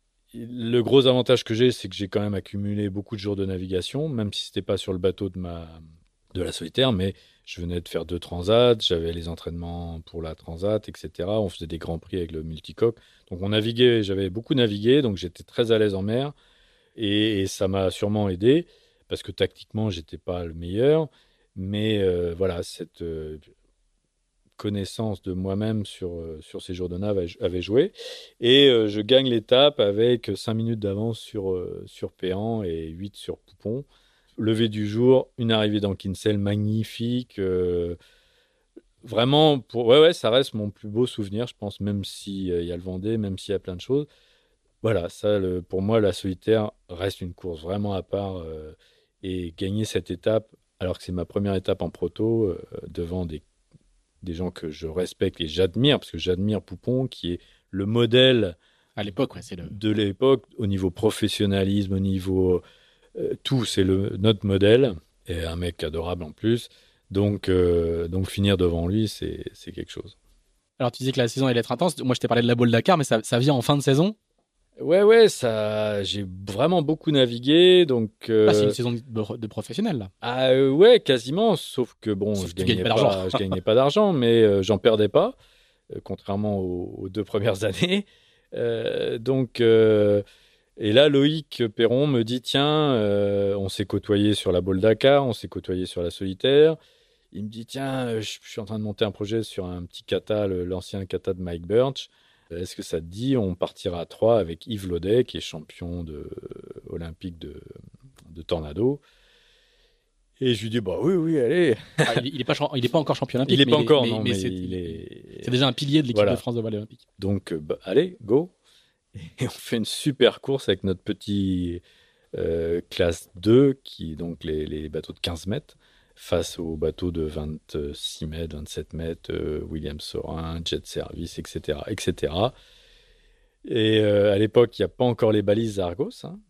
Le gros avantage que j'ai, c'est que j'ai quand même accumulé beaucoup de jours de navigation, même si c'était pas sur le bateau de ma de la solitaire, mais je venais de faire deux transats, j'avais les entraînements pour la transat, et cetera. On faisait des grands prix avec le multicoque, donc on naviguait, j'avais beaucoup navigué, donc j'étais très à l'aise en mer. Et, et ça m'a sûrement aidé parce que tactiquement, j'étais pas le meilleur. Mais euh, voilà, cette, euh, connaissance de moi-même sur, euh, sur ces jours de nav avait joué. Et euh, je gagne l'étape avec cinq minutes d'avance sur, euh, sur Péan et huit sur Poupon. Lever du jour, une arrivée dans Kinsale magnifique. Euh, vraiment, pour... ouais, ouais, ça reste mon plus beau souvenir, je pense, même s'il euh, y a le Vendée, même s'il y a plein de choses. Voilà, ça, le, pour moi, la solitaire reste une course vraiment à part. Euh, et gagner cette étape, alors que c'est ma première étape en proto, euh, devant des, des gens que je respecte et j'admire, parce que j'admire Poupon, qui est le modèle À l'époque, ouais, c'est le... de l'époque, au niveau professionnalisme, au niveau euh, tout, c'est le, notre modèle, et un mec adorable en plus. Donc, euh, donc finir devant lui, c'est, c'est quelque chose. Alors, tu disais que la saison allait être intense. Moi, je t'ai parlé de la Baule Dakar, mais ça, ça vient en fin de saison. Ouais, ouais, ça, j'ai vraiment beaucoup navigué, donc. Euh... Là, c'est une saison de, de professionnel, là. Ah euh, ouais, quasiment, sauf que bon, Sauf je que tu gagnais gagnes pas pas, d'argent. je gagnais pas d'argent, mais euh, j'en perdais pas, euh, contrairement aux, aux deux premières années. Euh, donc, euh, et là, Loïc Perron me dit, tiens, euh, on s'est côtoyé sur la Baule Dakar, on s'est côtoyé sur la solitaire. Il me dit, tiens, je, je suis en train de monter un projet sur un petit kata, le- l'ancien kata de Mike Birch. Est-ce que ça te dit, on partira à trois avec Yves Laudet, qui est champion de, euh, olympique de, de Tornado. Et je lui dis, bah oui, oui, allez. Ah, il, il est pas, champ- il est pas encore champion olympique. Il n'est mais pas encore, mais, non, mais mais, c'est, il est... c'est déjà un pilier de l'équipe Voilà. de France de volley olympique. Donc, euh, bah, allez, go. Et on fait une super course avec notre petit euh, classe deux, qui donc les, les bateaux de quinze mètres, face aux bateaux de vingt-six mètres, vingt-sept mètres, euh, William Sorin, Jet Service, et cetera, et cetera. Et euh, à l'époque, il n'y a pas encore les balises Argos, hein,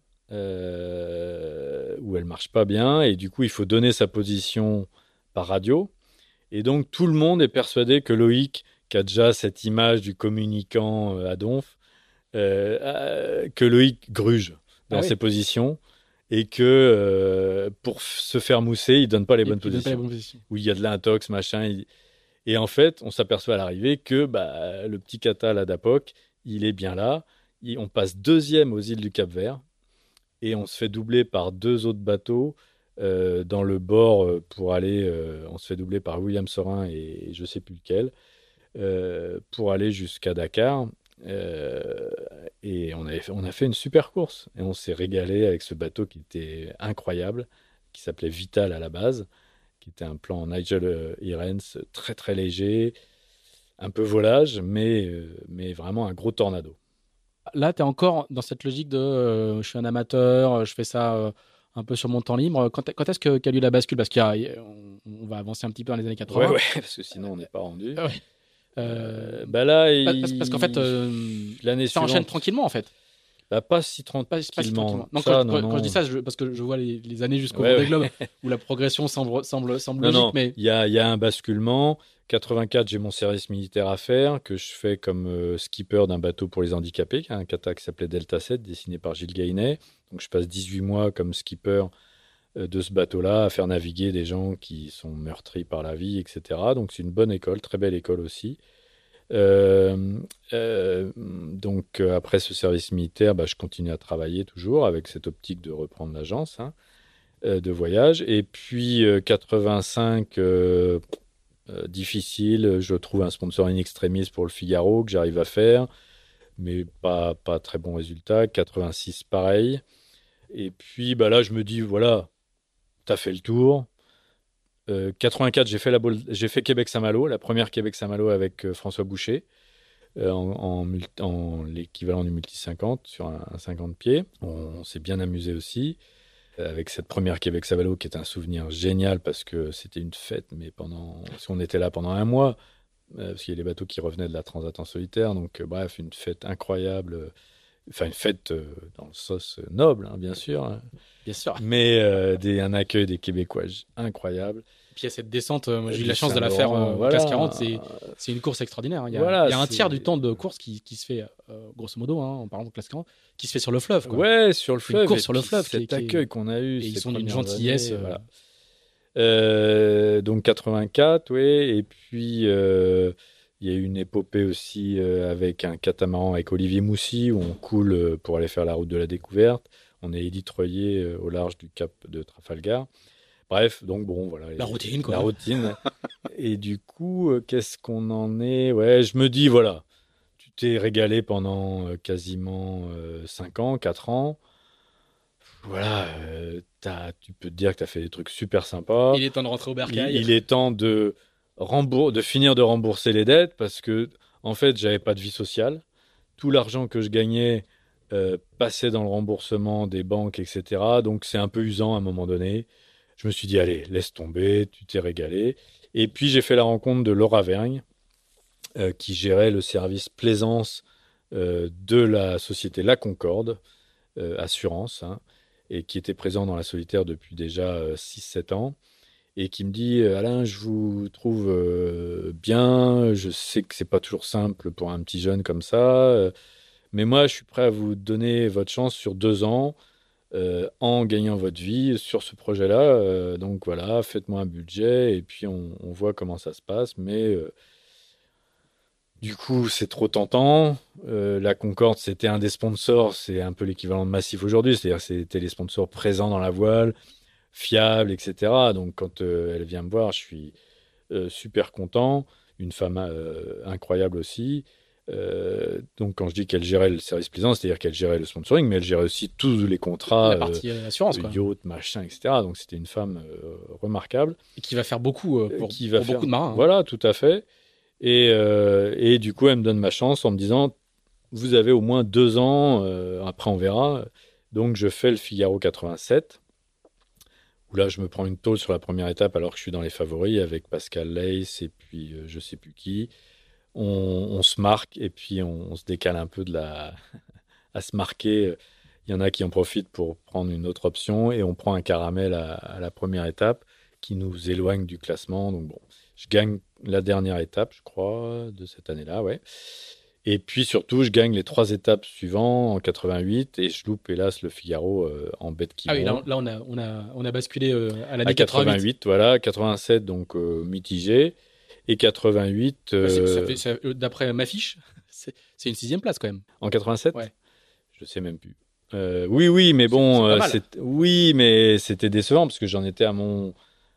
euh, où elles ne marchent pas bien. Et du coup, il faut donner sa position par radio. Et donc, tout le monde est persuadé que Loïc, qui a déjà cette image du communicant euh, à Donf, euh, euh, que Loïc gruge dans Ah oui. ses positions et que euh, pour f- se faire mousser, il donne pas les Il, bonnes il donne pas les positions. bonnes positions. Où il y a de l'intox, machin. il- Et en fait, on s'aperçoit à l'arrivée que bah, le petit kata là d'Apoc, il est bien là. Il- on passe deuxième aux îles du Cap-Vert et on se fait doubler par deux autres bateaux euh, dans le bord euh, pour aller. Euh, on se fait doubler par William Sorin et, et je sais plus lequel euh, pour aller jusqu'à Dakar. Euh, et on, avait fait, on a fait une super course et on s'est régalé avec ce bateau qui était incroyable, qui s'appelait Vital à la base, qui était un plan Nigel euh, Irens, très très léger, un peu volage, mais, euh, mais vraiment un gros tornado. Là, tu es encore dans cette logique de euh, je suis un amateur, je fais ça euh, un peu sur mon temps libre. Quand, quand est-ce que, qu'a eu la bascule? Parce qu'on on va avancer un petit peu dans les années Ouais, quatre-vingts. ouais, parce que sinon on n'est pas rendu. Ah ouais. Euh, Euh, bah là, parce, il... parce qu'en fait, euh, l'année ça enchaîne suivante, tranquillement, en fait. bah, pas si Pas, pas si tranquillement. tranquillement. Non, Ça, quand, non, quand- non. quand je dis ça, je- parce que je vois les, les années jusqu'au Ouais, Vendée ouais. Globe où la progression semble, semble, semble Non, logique, non, mais il y a, il y a un basculement. quatre-vingt-quatre, j'ai mon service militaire à faire, que je fais comme euh, skipper d'un bateau pour les handicapés, qui a un kata qui s'appelait Delta sept, dessiné par Gilles Gainet. Donc je passe dix-huit mois comme skipper euh, de ce bateau-là, à faire naviguer des gens qui sont meurtris par la vie, et cetera. Donc c'est une bonne école, très belle école aussi. Euh, euh, donc euh, après ce service militaire, bah, je continue à travailler toujours avec cette optique de reprendre l'agence hein, euh, de voyage. Et puis euh, quatre-vingt-cinq, euh, euh, difficile, je trouve un sponsor in extremis pour le Figaro que j'arrive à faire, mais pas, pas très bon résultat. quatre-vingt-six, pareil. Et puis bah, là, je me dis, voilà, t'as fait le tour. Euh, quatre-vingt-quatre, j'ai fait, la boule- j'ai fait Québec-Saint-Malo, la première Québec-Saint-Malo avec euh, François Boucher, euh, en, en mul- en l'équivalent du multi cinquante, sur un, un cinquante pieds. On, on s'est bien amusé aussi, euh, avec cette première Québec-Saint-Malo, qui est un souvenir génial, parce que c'était une fête, mais pendant, parce qu'on était là pendant un mois, euh, parce qu'il y a les bateaux qui revenaient de la Transat en solitaire, donc euh, bref, une fête incroyable, euh, enfin une fête euh, dans le sauce euh, noble, hein, bien sûr, hein, bien sûr. mais euh, des, un accueil des Québécois incroyable. Puis il y a cette descente, euh, moi, j'ai eu Du la chance de la faire Saint-Laurent, euh, en voilà. classe quarante, c'est, c'est une course extraordinaire. hein. Il y a, Voilà, il y a un c'est- tiers du temps de course qui, qui se fait, euh, grosso modo, hein, en parlant de classe quarante, qui se fait sur le fleuve. Quoi. Ouais, sur le C'est une fleuve. course et sur le puis fleuve qui est- Cet qui est- accueil qu'on a eu. Et ils ces sont d'une premières gentillesse. années, euh, voilà. Euh, donc quatre-vingt-quatre, oui. Et puis, euh, il y a eu une épopée aussi euh, avec un catamaran avec Olivier Moussy, où on coule euh, pour aller faire la route de la découverte. On est élitreuillé euh, au large du cap de Trafalgar. Bref, donc bon, voilà. La routine, quoi. La routine. Et du coup, euh, qu'est-ce qu'on en est? Ouais, je me dis, voilà, tu t'es régalé pendant euh, quasiment euh, cinq ans, quatre ans. Voilà, euh, t'as- tu peux te dire que tu as fait des trucs super sympas. Il est temps de rentrer au Il, bercail. il est temps de, rembour- de finir de rembourser les dettes parce que, en fait, j'avais pas de vie sociale. Tout l'argent que je gagnais euh, passait dans le remboursement des banques, et cetera. Donc, c'est un peu usant à un moment donné. Je me suis dit, allez, laisse tomber, tu t'es régalé. Et puis, j'ai fait la rencontre de Laura Vergne, euh, qui gérait le service plaisance euh, de la société La Concorde, euh, Assurance, hein, et qui était présent dans la solitaire depuis déjà euh, six sept ans, et qui me dit, euh, Alain, je vous trouve euh, bien, je sais que c'est pas toujours simple pour un petit jeune comme ça, euh, mais moi, je suis prêt à vous donner votre chance sur deux ans euh, en gagnant votre vie sur ce projet-là. Euh, donc voilà, faites-moi un budget et puis on, on voit comment ça se passe. Mais euh, du coup, c'est trop tentant. Euh, la Concorde, c'était un des sponsors, c'est un peu l'équivalent de Massif aujourd'hui, c'est-à-dire que c'était les sponsors présents dans la voile, fiables, et cetera. Donc quand euh, elle vient me voir, je suis euh, super content. Une femme euh, incroyable aussi. Euh, donc quand je dis qu'elle gérait le service plaisance, c'est-à-dire qu'elle gérait le sponsoring, mais elle gérait aussi tous les contrats, La partie euh, assurance, euh, quoi. yacht, machin, et cetera. Donc c'était une femme euh, remarquable. Et qui va faire beaucoup euh, euh, pour, qui va pour faire... beaucoup de marins. hein. Voilà, tout à fait. Et, euh, et du coup, elle me donne ma chance en me disant, vous avez au moins deux ans, euh, après on verra. Donc je fais le Figaro quatre-vingt-sept, où là je me prends une tôle sur la première étape alors que je suis dans les favoris avec Pascal Leys et puis euh, je sais plus qui. On, on se marque et puis on, on se décale un peu de la... à se marquer. Il y en a qui en profitent pour prendre une autre option et on prend un caramel à, à la première étape qui nous éloigne du classement. Donc bon, je gagne la dernière étape, je crois, de cette année-là, ouais. Et puis surtout, je gagne les trois étapes suivantes en quatre-vingt-huit et je loupe hélas le Figaro euh, en bête qui Ah oui, là, monte. là, on, a, on, a, on a basculé euh, à l'année À quatre-vingt-huit. quatre-vingt-huit, voilà, quatre-vingt-sept donc euh, mitigé et quatre-vingt-huit. Bah, c'est- ça euh, fait- ça- euh, d'après ma fiche, c'est c'est une sixième place quand même. En quatre-vingt-sept? Ouais. Je sais même plus. Euh, oui, oui, mais C'est- bon, c'est pas euh, mal. c'est- oui, mais c'était décevant parce que j'en étais à mon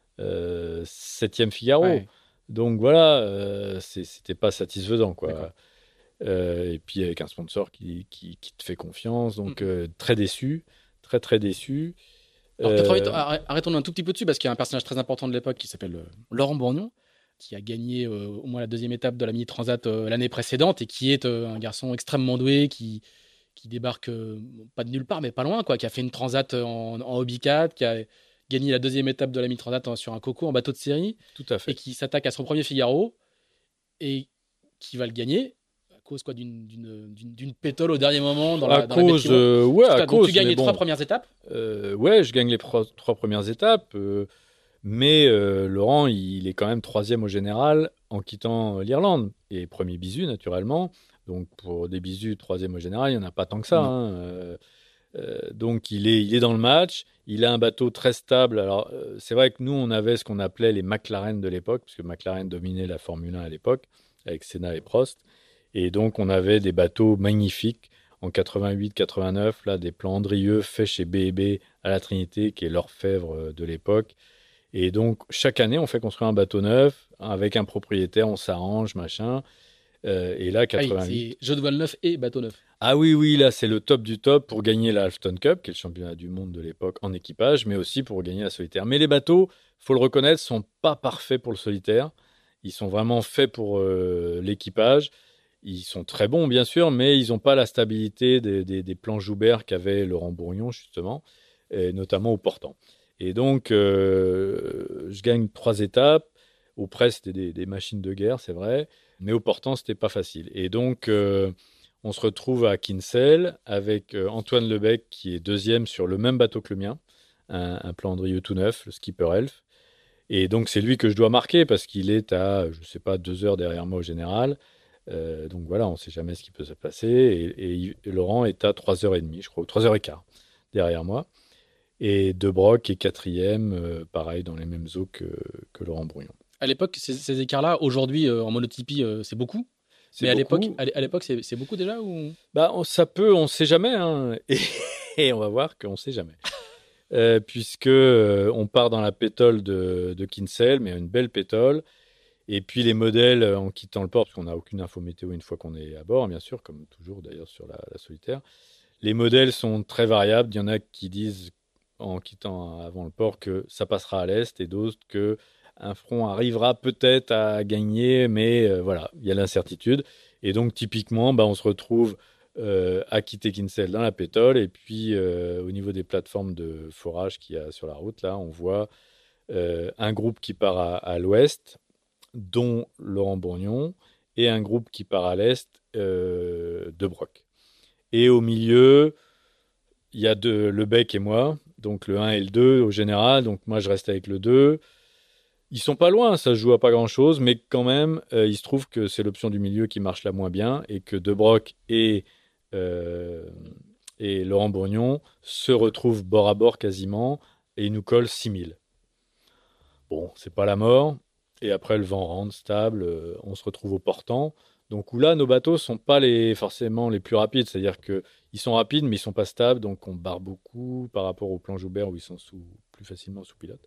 euh, septième Figaro. Ouais. Donc voilà, euh, c'est- c'était pas satisfaisant, D'accord. quoi. Euh, et puis avec un sponsor qui, qui, qui te fait confiance, donc Mhm. euh, très déçu, très très déçu. Alors, Euh, quatre-vingt-huit, arrê- arrêtons un tout petit peu dessus parce qu'il y a un personnage très important de l'époque qui s'appelle euh, Laurent Bourgnon, qui a gagné euh, au moins la deuxième étape de la Mini Transat euh, l'année précédente et qui est euh, un garçon extrêmement doué qui, qui débarque euh, bon, pas de nulle part, mais pas loin, quoi, qui a fait une Transat en, en Hobby quatre, qui a gagné la deuxième étape de la Mini Transat en- sur un coco en bateau de série Tout à et fait. qui s'attaque à son premier Figaro et qui va le gagner à cause quoi d'une d'une d'une- d'une pétole au dernier moment dans à la dans la baie de cause, Quiberon. euh, ouais, Donc, à donc, cause. tu gagnes mais les bon, trois premières étapes. euh, ouais, je gagne les pro- trois premières étapes, euh, mais euh, Laurent, il est quand même troisième au général en quittant euh, l'Irlande et premier bisu naturellement. Donc pour des bisus troisième au général, il n'y en a pas tant que ça. Non. hein. Euh, euh, donc il est, il est dans le match. Il a un bateau très stable. Alors euh, c'est vrai que nous, on avait ce qu'on appelait les McLaren de l'époque, parce que McLaren dominait la Formule un à l'époque avec Senna et Prost. Et donc, on avait des bateaux magnifiques en quatre-vingt-huit quatre-vingt-neuf, là, des plans Andrieux faits chez B et B à la Trinité, qui est l'orfèvre de l'époque. Et donc, chaque année, on fait construire un bateau neuf avec un propriétaire, on s'arrange, machin. Euh, et là, Ah oui, quatre-vingt-huit. c'est jeu de voile neuf et bateau neuf. Ah oui, oui, là, c'est le top du top pour gagner la Halfton Cup, qui est le championnat du monde de l'époque en équipage, mais aussi pour gagner la solitaire. Mais les bateaux, faut le reconnaître, sont pas parfaits pour le solitaire. Ils sont vraiment faits pour euh, l'équipage. Ils sont très bons, bien sûr, mais ils n'ont pas la stabilité des, des, des plans Joubert qu'avait Laurent Bourgnon, justement, et notamment au portant. Et donc, euh, je gagne trois étapes. Au près, c'était des, des machines de guerre, c'est vrai, mais au portant, c'était pas facile. Et donc, euh, on se retrouve à Kinsale avec euh, Antoine Lebec, qui est deuxième sur le même bateau que le mien, un, un plan Andrieux tout neuf, le Skipper Elf. Et donc, c'est lui que je dois marquer parce qu'il est à, je ne sais pas, deux heures derrière moi au général. Euh, donc voilà, on ne sait jamais ce qui peut se passer. Et, et, et Laurent est à trois heures trente, je crois, ou trois heures quinze derrière moi. Et De Broc est quatrième, euh, pareil, dans les mêmes eaux que, que Laurent Bourgnon. À l'époque, ces, ces écarts-là, aujourd'hui, euh, en monotypie, euh, c'est beaucoup. C'est Mais à beaucoup. l'époque, à l'é- à l'époque, c'est c'est beaucoup déjà ou... Bah, on- ça peut, on ne sait jamais. Hein. Et, et on va voir qu'on ne sait jamais. euh, puisque euh, on part dans la pétole de, de Kinsale, mais une belle pétole. Et puis les modèles, en quittant le port, parce qu'on n'a aucune info météo une fois qu'on est à bord, bien sûr, comme toujours d'ailleurs sur la, la solitaire. Les modèles sont très variables. Il y en a qui disent, en quittant avant le port, que ça passera à l'est, et d'autres que un front arrivera peut-être à gagner, mais euh, voilà, il y a l'incertitude. Et donc, typiquement, bah, on se retrouve euh, à quitter Kinsale dans la pétole. Et puis, euh, au niveau des plateformes de forage qu'il y a sur la route, là, on voit euh, un groupe qui part à, à l'ouest, dont Laurent Bourgnon, et un groupe qui part à l'est, euh, de Broc. Et au milieu, il y a de, Lebec et moi, donc le un et le deux au général. Donc, moi, je reste avec le deux. Ils sont pas loin, ça se joue à pas grand-chose, mais quand même, euh, il se trouve que c'est l'option du milieu qui marche la moins bien et que De Broc et, euh, et Laurent Bourgnon se retrouvent bord à bord quasiment et ils nous collent six mille. Bon, c'est pas la mort. Et après, le vent rentre stable, euh, on se retrouve au portant. Donc où là, nos bateaux sont pas les, forcément les plus rapides, c'est-à-dire qu'ils sont rapides, mais ils sont pas stables, donc on barre beaucoup par rapport au plan Joubert où ils sont sous, plus facilement sous pilote.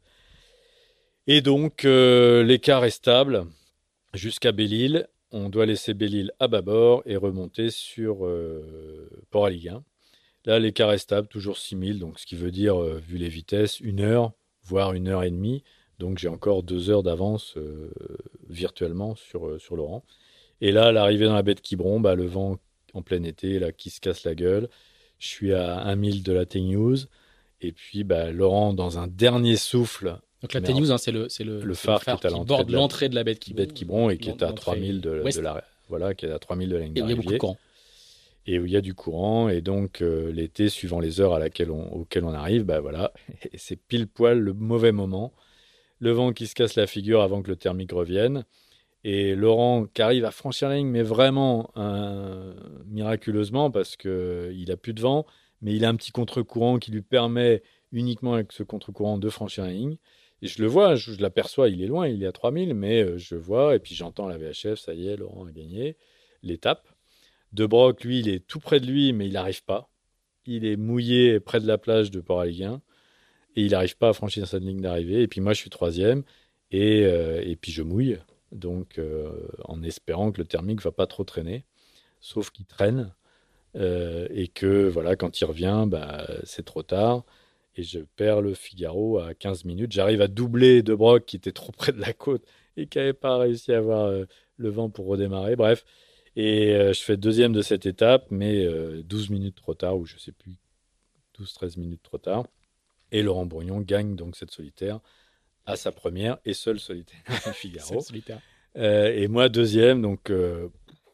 Et donc, euh, l'écart est stable jusqu'à Belle-Île. On doit laisser Belle-Île à bâbord et remonter sur euh, Port-Aliguin. Là, l'écart est stable, toujours six mille, donc ce qui veut dire, euh, vu les vitesses, une heure, voire une heure et demie. Donc, j'ai encore deux heures d'avance euh, virtuellement sur, euh, sur Laurent. Et là, à l'arrivée dans la baie de Quiberon, bah, le vent en plein été là, qui se casse la gueule. Je suis à un mille de la T-News. Et puis, bah, Laurent, dans un dernier souffle... Donc la T-News, hein, c'est le, c'est le, le c'est phare, le phare qui, est à qui l'entrée borde de la, l'entrée de la baie de Quiberon, baie de Quiberon et qui est à trois mille de, de la, voilà, qui est à trois mille de la ligne et où il y a beaucoup de courant. Et où il y a du courant. Et donc, euh, l'été, suivant les heures à laquelle on, auxquelles on arrive, bah voilà, et c'est pile poil le mauvais moment. Le vent qui se casse la figure avant que le thermique revienne. Et Laurent qui arrive à franchir la ligne, mais vraiment euh, miraculeusement, parce qu'il n'a plus de vent, mais il a un petit contre-courant qui lui permet uniquement avec ce contre-courant de franchir la ligne. Et je le vois, je, je l'aperçois, il est loin, il est à trois mille, mais euh, je vois, et puis j'entends la V H F, ça y est, Laurent a gagné l'étape. De Broc, lui, il est tout près de lui, mais il n'arrive pas. Il est mouillé près de la plage de Port-Aliguin, et il n'arrive pas à franchir cette ligne d'arrivée. Et puis moi, je suis troisième, et, euh, et puis je mouille, donc euh, en espérant que le thermique ne va pas trop traîner, sauf qu'il traîne, euh, et que voilà, quand il revient, bah, c'est trop tard. Et je perds le Figaro à quinze minutes. J'arrive à doubler De Broc qui était trop près de la côte et qui n'avait pas réussi à avoir euh, le vent pour redémarrer. Bref, et euh, je fais deuxième de cette étape, mais euh, douze minutes trop tard, ou je ne sais plus, douze treize minutes trop tard. Et Laurent Bourgnon gagne donc cette solitaire à sa première et seule solitaire du Figaro. solitaire. Euh, et moi, deuxième, donc euh,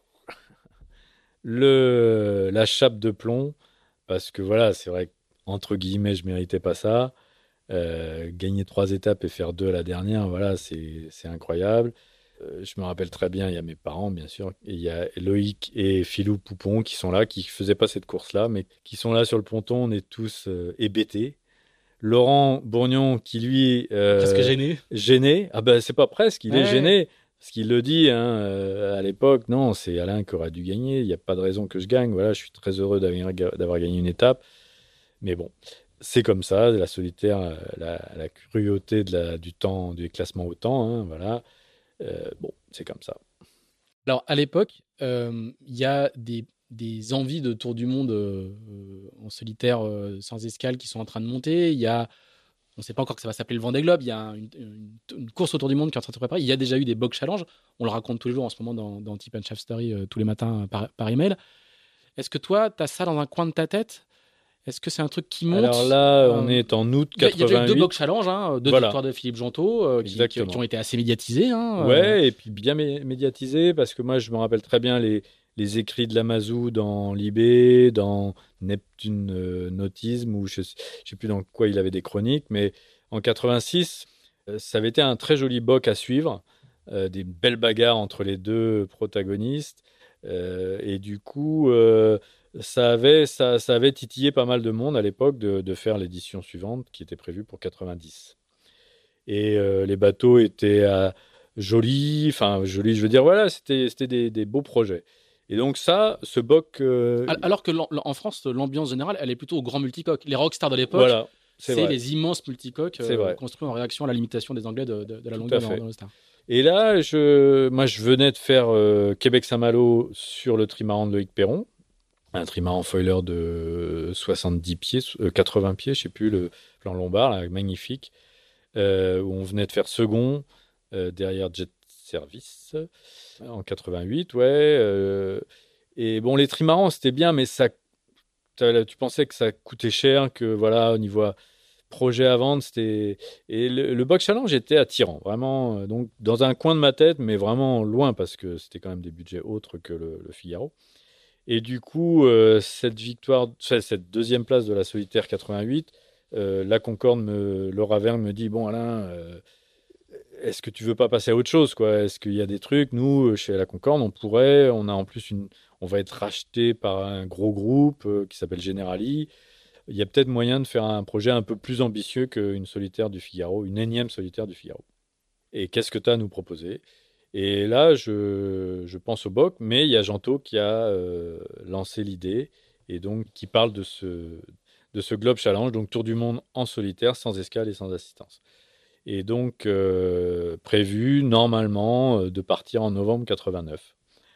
le, la chape de plomb, parce que voilà, c'est vrai que entre guillemets, je méritais pas ça. Euh, gagner trois étapes et faire deux à la dernière, voilà, c'est, c'est incroyable. Euh, je me rappelle très bien, il y a mes parents, bien sûr, et il y a Loïc et Philou Poupon qui sont là, qui faisaient pas cette course-là, mais qui sont là sur le ponton. On est tous euh, hébétés. Laurent Bourgnon, qui lui... Euh, presque gêné. Gêné. Ah ben, c'est pas presque, il ouais. est gêné. Parce qu'il le dit, hein, euh, à l'époque, non, c'est Alain qui aurait dû gagner. Il n'y a pas de raison que je gagne. Voilà, je suis très heureux d'avoir, d'avoir gagné une étape. Mais bon, c'est comme ça, la solitaire, la, la cruauté de la, du temps, du classement au temps, hein, voilà. Euh, bon, c'est comme ça. Alors, à l'époque, il euh, y a des, des envies de tour du monde euh, en solitaire euh, sans escale qui sont en train de monter. Il y a, on ne sait pas encore que ça va s'appeler le Vendée Globe, il y a une, une, une course autour du monde qui est en train de se préparer. Il y a déjà eu des Bog Challenge, on le raconte tous les jours en ce moment dans, dans Tip and Shaft Story euh, tous les matins par, par email. Est-ce que toi, tu as ça dans un coin de ta tête ? Est-ce que c'est un truc qui monte ? Alors là, euh, on est en août quatre-vingt-huit. Il y a déjà eu deux Bog Challenge, hein, deux voilà. victoires de Philippe Gentot, euh, qui, qui, qui ont été assez médiatisées. Hein, ouais, euh... et puis bien mé- médiatisées, parce que moi, je me rappelle très bien les, les écrits de Lamazou dans Libé, dans Neptune euh, Nautisme, ou je ne sais plus dans quoi il avait des chroniques, mais en quatre-vingt-six, euh, ça avait été un très joli boc à suivre, euh, des belles bagarres entre les deux protagonistes, euh, et du coup... Euh, Ça avait, ça, ça avait titillé pas mal de monde à l'époque de, de faire l'édition suivante qui était prévue pour quatre-vingt-dix. Et euh, les bateaux étaient euh, jolis, enfin jolis, je veux dire, voilà, c'était, c'était des, des beaux projets. Et donc ça, ce boc... Euh... Alors que en France, l'ambiance générale, elle est plutôt au grand multicoque. Les rockstars de l'époque, voilà. C'est, c'est les immenses multicoques euh, construits en réaction à la limitation des Anglais de, de, de la Tout longueur dans le Star. Et là, je, moi, je venais de faire euh, Québec-Saint-Malo sur le trimaran de Loïc Perron, un trimaran foiler de soixante-dix pieds, euh, quatre-vingts pieds, je sais plus, le plan lombard, là, magnifique, euh, où on venait de faire second euh, derrière Jet Service en quatre-vingt-huit, ouais. Euh, et bon, les trimarans, c'était bien, mais ça, tu pensais que ça coûtait cher, que voilà, au niveau projet à vendre, c'était et le, le Box Challenge était attirant, vraiment, donc dans un coin de ma tête, mais vraiment loin parce que c'était quand même des budgets autres que le, le Figaro. Et du coup, euh, cette victoire, cette deuxième place de la solitaire quatre-vingt-huit, euh, la Concorde, me, Laura Verne me dit bon Alain, euh, est-ce que tu veux pas passer à autre chose, quoi? Est-ce qu'il y a des trucs, nous chez la Concorde, on pourrait, on a en plus une, on va être racheté par un gros groupe euh, qui s'appelle Generali. Il y a peut-être moyen de faire un projet un peu plus ambitieux qu'une solitaire du Figaro, une énième solitaire du Figaro. Et qu'est-ce que tu as à nous proposer? Et là, je, je pense au B O C, mais il y a Janto qui a euh, lancé l'idée et donc qui parle de ce, de ce Globe Challenge, donc tour du monde en solitaire, sans escale et sans assistance. Et donc, euh, prévu normalement euh, de partir en novembre quatre-vingt-neuf.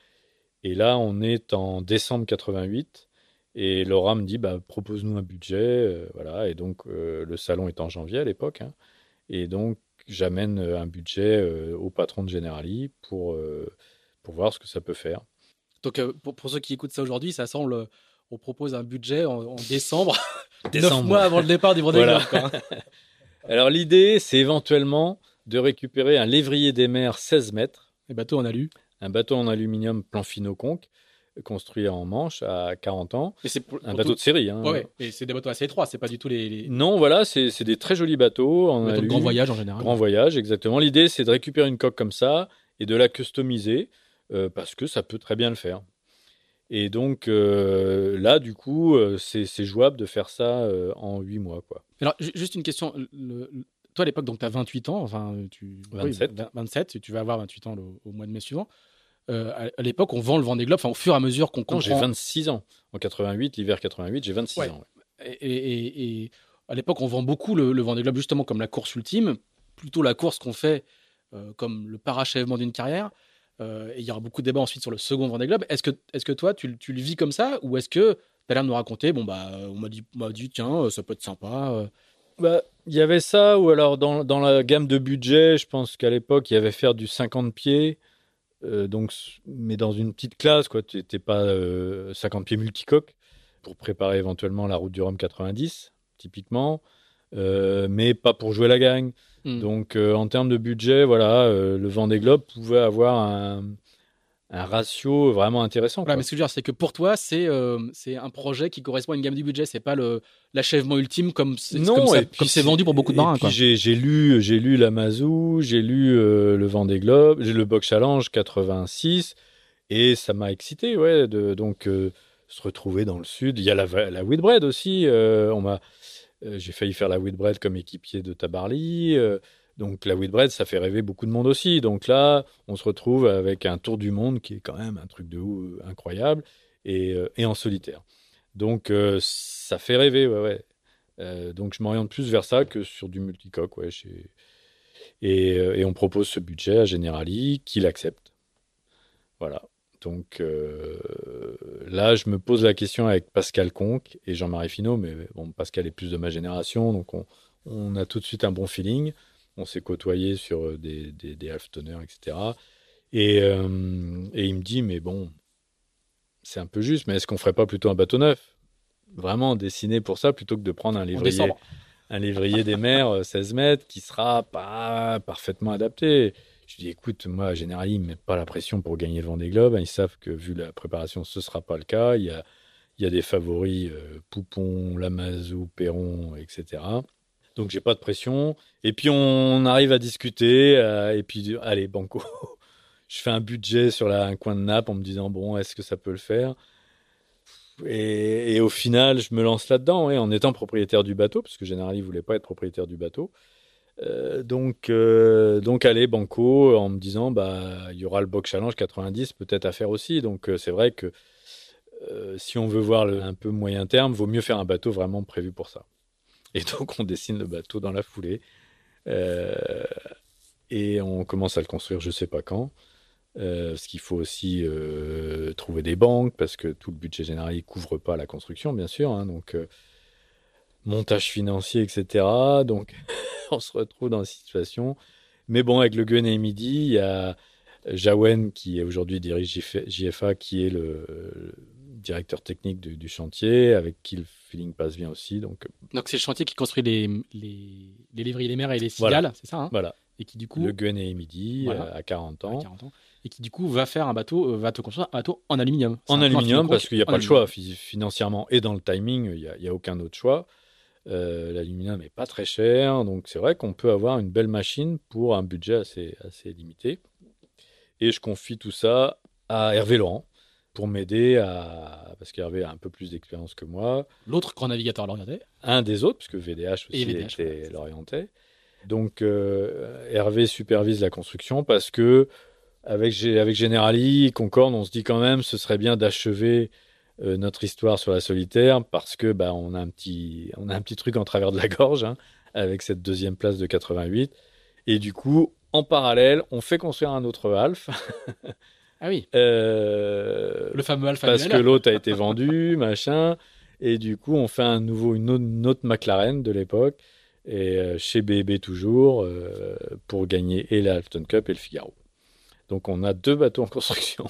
Et là, on est en décembre quatre-vingt-huit. Et Laura me dit, bah, propose-nous un budget. Euh, voilà. Et donc, euh, le salon est en janvier à l'époque. Hein. Et donc, j'amène un budget euh, au patron de Generali pour, euh, pour voir ce que ça peut faire. Donc, euh, pour, pour ceux qui écoutent ça aujourd'hui, ça semble, on propose un budget en, en décembre, décembre, neuf mois avant le départ du Vendée Globe. Voilà. Alors, l'idée, c'est éventuellement de récupérer un lévrier des mers seize mètres. Un bateau en alu. Un bateau en aluminium plan Fino-Conque, construit en Manche à quarante ans. Mais c'est pour, un pour bateau tout... de série. Hein. Ouais, et c'est des bateaux assez étroits, c'est pas du tout les. les... Non, voilà, c'est, c'est des très jolis bateaux. En bateaux de grand voyage en général. Grand voyage, exactement. L'idée, c'est de récupérer une coque comme ça et de la customiser euh, parce que ça peut très bien le faire. Et donc euh, là, du coup, euh, c'est, c'est jouable de faire ça euh, en huit mois. Quoi. Alors, juste une question. Le, le... Toi, à l'époque, donc, tu as vingt-huit ans, enfin, tu... vingt-sept. Oui, vingt-sept, tu vas avoir vingt-huit ans le, au mois de mai suivant. Euh, à, à l'époque, on vend le Vendée Globe, enfin, au fur et à mesure qu'on comprend... Non, j'ai vingt-six ans. En quatre-vingt-huit, l'hiver quatre-vingt-huit, j'ai vingt-six ouais. ans. Ouais. Et, et, et à l'époque, on vend beaucoup le, le Vendée Globe justement comme la course ultime, plutôt la course qu'on fait euh, comme le parachèvement d'une carrière. Euh, et il y aura beaucoup de débats ensuite sur le second Vendée Globe. Est-ce que, est-ce que toi, tu, tu le vis comme ça, ou est-ce que tu as l'air de nous raconter, bon, bah, on m'a dit, on m'a dit tiens, ça peut être sympa euh... Bah, il y avait ça, ou alors dans, dans la gamme de budget, je pense qu'à l'époque, il y avait faire du cinquante pieds, euh, donc, mais dans une petite classe, quoi. Tu n'étais pas euh, cinquante pieds multicoque pour préparer éventuellement la route du Rhum quatre-vingt-dix, typiquement, euh, mais pas pour jouer la gagne. Mm. Donc, euh, en termes de budget, voilà, euh, le Vendée Globe pouvait avoir un, un ratio vraiment intéressant. Voilà, quoi. mais ce que je veux dire, c'est que pour toi, c'est, euh, c'est un projet qui correspond à une gamme du budget. C'est pas le, l'achèvement ultime comme c'est, non, comme, ça, puis comme c'est vendu pour beaucoup de marins. Et puis quoi. J'ai, j'ai lu, j'ai lu la Mazou, j'ai lu euh, le Vendée Globe, j'ai le Box Challenge quatre-vingt-six, et ça m'a excité, ouais, de donc euh, se retrouver dans le sud. Il y a la, la Whitbread aussi. Euh, on m'a, euh, j'ai failli faire la Whitbread comme équipier de Tabarly. Euh, Donc la Whitbread, ça fait rêver beaucoup de monde aussi. Donc là, on se retrouve avec un tour du monde qui est quand même un truc de ouf, incroyable, et, euh, et en solitaire. Donc euh, ça fait rêver, ouais, ouais. Euh, donc je m'oriente plus vers ça que sur du multicoque, ouais. Chez... Et, euh, et on propose ce budget à Generali, qu'il accepte. Voilà. Donc euh, là, je me pose la question avec Pascal Conque et Jean-Marie Finot, mais bon, Pascal est plus de ma génération, donc on, on a tout de suite un bon feeling. On s'est côtoyé sur des, des, des half-tonners, et cetera. Et, euh, et il me dit, mais bon, c'est un peu juste, mais est-ce qu'on ferait pas plutôt un bateau neuf ? Vraiment dessiné pour ça, plutôt que de prendre un lévrier, un lévrier des mers seize mètres qui sera pas parfaitement adapté. Je dis, écoute, moi, à Generali, ils ne me mettent pas la pression pour gagner le Vendée Globe. Ils savent que, vu la préparation, ce ne sera pas le cas. Il y a, il y a des favoris, euh, Poupon, Lamazou, Perron, et cetera. Donc, j'ai pas de pression. Et puis, on arrive à discuter. Euh, et puis, allez, banco. Je fais un budget sur la, un coin de nappe en me disant, bon, est-ce que ça peut le faire ? et, et au final, je me lance là-dedans, ouais, en étant propriétaire du bateau, parce que Generali ne voulait pas être propriétaire du bateau. Euh, donc, euh, donc, allez, banco, en me disant, bah, il y aura le Box Challenge quatre-vingt-dix peut-être à faire aussi. Donc, euh, c'est vrai que euh, si on veut voir le, un peu moyen terme, vaut mieux faire un bateau vraiment prévu pour ça. Et donc, on dessine le bateau dans la foulée. Euh, et on commence à le construire, je ne sais pas quand. Euh, parce qu'il faut aussi euh, trouver des banques, parce que tout le budget général ne couvre pas la construction, bien sûr. Hein, donc, euh, montage financier, et cetera. Donc, on se retrouve dans la situation. Mais bon, avec le Gun et Midi, il y a Jawen, qui aujourd'hui dirige J F A, qui est le, le directeur technique du, du chantier, avec qui le feeling passe bien aussi. Donc, donc c'est le chantier qui construit les, les, les lévriers, les mers et les cigales, voilà. c'est ça hein Voilà. Et qui du coup... Le Gun et Midi, voilà, euh, à quarante ans. à quarante ans. Et qui du coup va faire un bateau, euh, va te construire un bateau en aluminium. En aluminium, parce qu'il n'y a pas aluminium. le choix. Financièrement et dans le timing, il n'y a, a aucun autre choix. Euh, l'aluminium n'est pas très cher, donc c'est vrai qu'on peut avoir une belle machine pour un budget assez, assez limité. Et je confie tout ça à Hervé Laurent pour m'aider à... Parce qu'Hervé a un peu plus d'expérience que moi. L'autre grand navigateur l'orientait. Un des autres, parce que V D H aussi V D H, était voilà, l'orientait. Donc euh, Hervé supervise la construction parce que avec, avec Generali, Concorde, on se dit quand même ce serait bien d'achever euh, notre histoire sur la solitaire parce que bah, on, a un petit, on a un petit truc en travers de la gorge hein, avec cette deuxième place de quatre-vingt-huit. Et du coup, en parallèle, on fait construire un autre Alf. Ah oui. Euh, le fameux Alpha. Parce que l'autre a été vendu, machin. Et du coup, on fait un nouveau, une autre, une autre McLaren de l'époque, et euh, chez B B toujours, euh, pour gagner et la Halfton Cup et le Figaro. Donc, on a deux bateaux en construction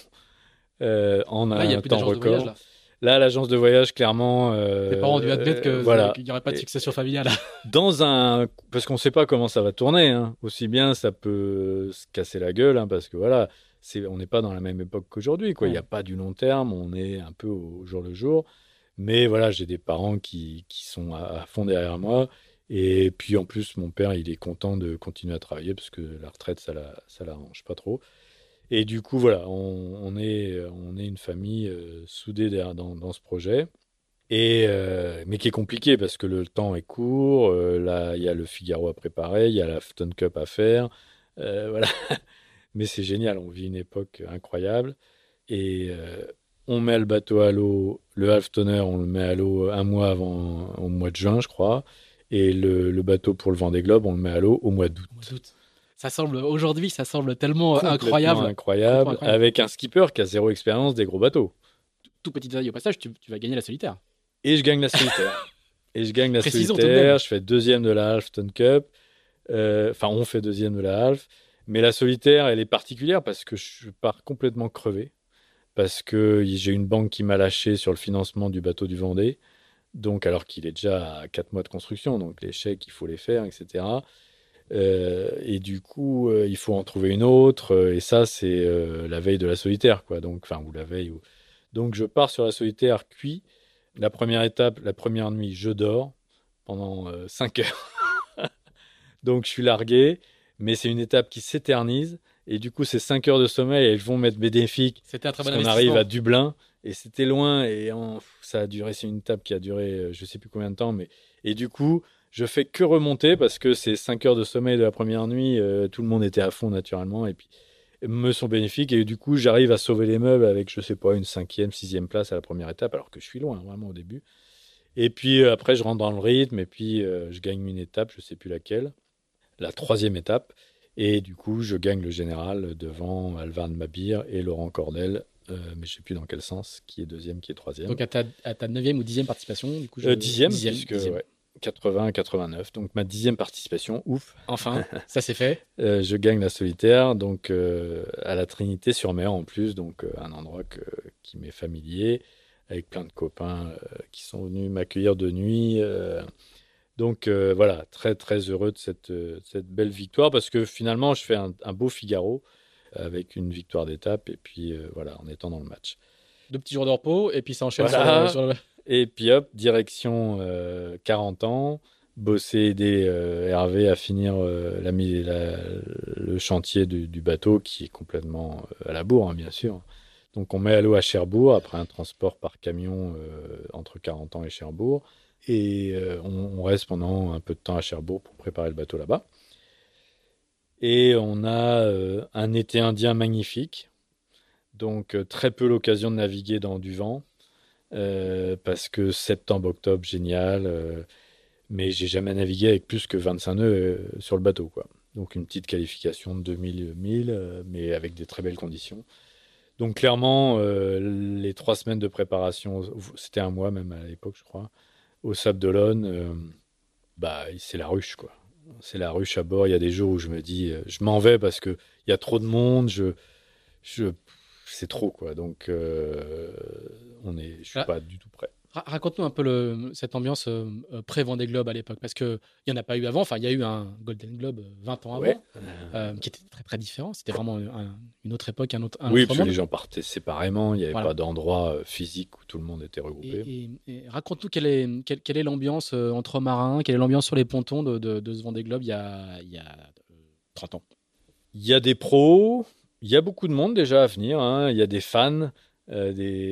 euh, en là, un il y a plus temps d'agence record. de voyage, là. Là, l'agence de voyage, clairement. Euh, Tes parents ont dû admettre que, voilà. qu'il n'y aurait pas de succession familiale. Dans un. Parce qu'on ne sait pas comment ça va tourner. Hein. Aussi bien, ça peut se casser la gueule, hein, parce que voilà. C'est, on n'est pas dans la même époque qu'aujourd'hui, quoi. Il n'y a pas du long terme, on est un peu au jour le jour. Mais voilà, j'ai des parents qui, qui sont à, à fond derrière moi. Et puis en plus, mon père, il est content de continuer à travailler parce que la retraite, ça la, ça l'arrange pas trop. Et du coup, voilà, on, on, est, on est une famille euh, soudée derrière, dans, dans ce projet. Et, euh, mais qui est compliqué parce que le temps est court. Euh, là, il y a le Figaro à préparer, il y a la Halfton Cup à faire. Euh, voilà. Mais c'est génial, on vit une époque incroyable. Et euh, on met le bateau à l'eau, le Halftoner, on le met à l'eau un mois avant, au mois de juin, je crois. Et le, le bateau pour le Vendée Globe, on le met à l'eau au mois d'août. Au mois d'août. Ça semble, aujourd'hui, ça semble tellement incroyable. incroyable. incroyable. Avec un skipper qui a zéro expérience des gros bateaux. Tout, tout petit détail au passage, tu, tu vas gagner la solitaire. Et je gagne la solitaire. Et je gagne la Précisons solitaire, je fais deuxième de la Halfton Cup. Euh, Enfin, on fait deuxième de la Half. Mais la solitaire, elle est particulière parce que je pars complètement crevé. Parce que j'ai une banque qui m'a lâché sur le financement du bateau du Vendée. Donc, alors qu'il est déjà à quatre mois de construction. Donc, les chèques, il faut les faire, et cetera. Euh, et du coup, euh, il faut en trouver une autre. Et ça, c'est euh, la veille de la solitaire, quoi. Donc, enfin, ou la veille. Ou... Donc, je pars sur la solitaire cuit. La première étape, la première nuit, je dors pendant euh, cinq heures. Donc, je suis largué. Mais c'est une étape qui s'éternise. Et du coup, ces cinq heures de sommeil, elles vont m'être bénéfiques. C'était un très bon investissement. On arrive à Dublin. Et c'était loin. Et en... ça a duré, c'est une étape qui a duré, je ne sais plus combien de temps. Mais... Et du coup, je fais que remonter parce que ces cinq heures de sommeil de la première nuit, euh, tout le monde était à fond naturellement. Et puis, me sont bénéfiques. Et du coup, j'arrive à sauver les meubles avec, je ne sais pas, une cinquième, sixième place à la première étape, alors que je suis loin, vraiment, au début. Et puis, euh, après, je rentre dans le rythme. Et puis, euh, je gagne une étape, je ne sais plus laquelle. La troisième étape. Et du coup, je gagne le général devant Alvar Mabir et Laurent Cordel, euh, mais je ne sais plus dans quel sens, qui est deuxième, qui est troisième. Donc à ta, à ta neuvième ou dixième participation, du coup je... euh, dixième, dixième, puisque dixième. Ouais, quatre-vingts à quatre-vingt-neuf. Donc ma dixième participation, ouf. Enfin, ça c'est fait. Euh, je gagne la solitaire, donc euh, à la Trinité-sur-Mer en plus, donc euh, un endroit que, qui m'est familier, avec plein de copains euh, qui sont venus m'accueillir de nuit. Euh, Donc euh, voilà, très très heureux de cette, euh, cette belle victoire parce que finalement je fais un, un beau Figaro avec une victoire d'étape et puis euh, voilà, en étant dans le match. Deux petits jours de repos et puis ça enchaîne voilà. sur, le, sur le... Et puis hop, direction euh, quarante ans, bosser, aider euh, Hervé à finir euh, la, la, le chantier du, du bateau qui est complètement euh, à la bourre, hein, bien sûr. Donc on met à l'eau à Cherbourg après un transport par camion euh, entre quarante ans et Cherbourg. Et euh, on, on reste pendant un peu de temps à Cherbourg pour préparer le bateau là-bas. Et on a euh, un été indien magnifique. Donc euh, très peu l'occasion de naviguer dans du vent. Euh, parce que septembre-octobre, génial. Euh, Mais j'ai jamais navigué avec plus que vingt-cinq nœuds euh, sur le bateau, quoi. Donc une petite qualification de deux mille milles, euh, mais avec des très belles conditions. Donc clairement, euh, les trois semaines de préparation, c'était un mois même à l'époque, je crois, au Sable d'Olonne, euh, bah, c'est la ruche, quoi. C'est la ruche à bord. Il y a des jours où je me dis, euh, je m'en vais parce qu'il y a trop de monde, je, je, c'est trop, quoi. Donc, euh, on est, je suis Ah, pas du tout prêt. ra- raconte-nous un peu le, cette ambiance euh, euh, pré-Vendée Globe à l'époque, parce qu'il n'y en a pas eu avant. Enfin, il y a eu un Golden Globe euh, vingt ans Ouais. avant, euh, qui était très très différent. C'était vraiment un- une autre époque, un autre, un Oui, autre parce que les monde. gens partaient séparément. Il n'y avait Voilà. pas d'endroit euh, physique où tout le monde était Et, regroupé. et- et raconte-nous quelle est, quelle, quelle est l'ambiance euh, entre marins, quelle est l'ambiance sur les pontons de, de, de ce Vendée Globe il y a, il y a euh, trente ans. Il y a des pros, il y a beaucoup de monde déjà à venir, hein. Il y a des fans, euh,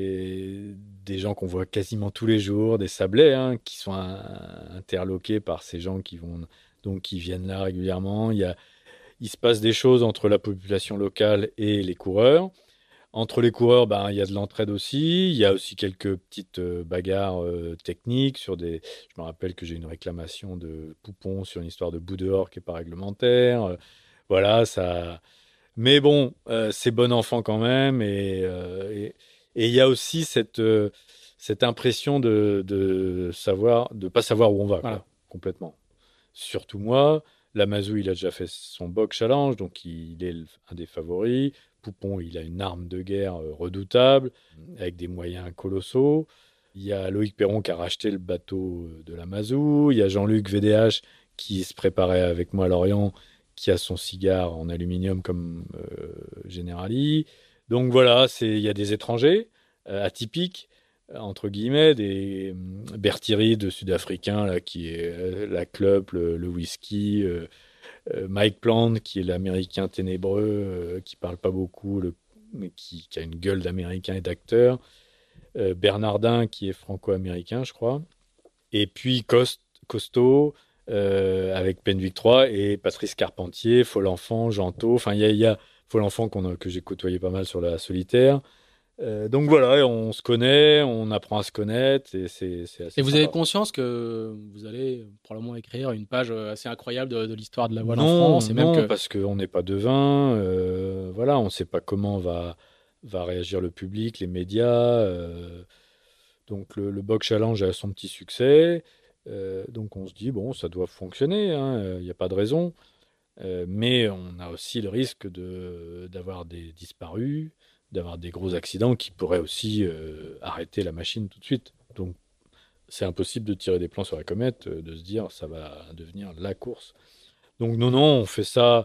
des, des gens qu'on voit quasiment tous les jours, des sablés, hein, qui sont un- interloqués par ces gens qui vont donc qui viennent là régulièrement. Il y a, il se passe des choses entre la population locale et les coureurs. Entre les coureurs, ben, il y a de l'entraide aussi. Il y a aussi quelques petites euh, bagarres euh, techniques sur des. Je me rappelle que j'ai une réclamation de Poupon sur une histoire de bout dehors qui est pas réglementaire. Euh, Voilà, ça. Mais bon, euh, c'est bon enfant quand même. Et euh, et- et il y a aussi cette, euh, cette impression de, de savoir, de pas savoir où on va, Voilà. quoi, complètement. Surtout moi, Lamazou, il a déjà fait son box challenge, donc il est un des favoris. Poupon, il a une arme de guerre euh, redoutable, avec des moyens colossaux. Il y a Loïc Perron qui a racheté le bateau euh, de Lamazou. Il y a Jean-Luc V D H qui se préparait avec moi à Lorient, qui a son cigare en aluminium comme euh, Generali. Donc voilà, c'est, il y a des étrangers euh, atypiques, euh, entre guillemets, des euh, Berthiri de Sud-Africain, là, qui est euh, la clope, le, le whisky, euh, euh, Mike Plant, qui est l'Américain ténébreux, euh, qui parle pas beaucoup, le, mais qui, qui a une gueule d'Américain et d'acteur, euh, Bernardin, qui est franco-américain, je crois, et puis Cost, Costaud, euh, avec Penwick trois, et Patrice Carpentier, Folenfant, Janto, enfin, il y a, il y a Folenfant qu'on a- que j'ai côtoyé pas mal sur la solitaire. Euh, donc voilà, on se connaît, on apprend à se connaître et c'est c'est Et assez vous avez sympa. conscience que vous allez probablement écrire une page euh, assez incroyable de, de l'histoire de la voile en Non, France, et même non, que parce qu'on n'est pas devin, euh, voilà, on ne sait pas comment va, va réagir le public, les médias. euh, donc le, le Box Challenge a son petit succès, euh, donc on se dit, bon, ça doit fonctionner, hein, il n'y a pas de raison. Euh, mais on a aussi le risque de, d'avoir des disparus, d'avoir des gros accidents qui pourraient aussi euh, arrêter la machine tout de suite. Donc c'est impossible de tirer des plans sur la comète, euh, de se dire ça va devenir la course. Donc non, non, on fait ça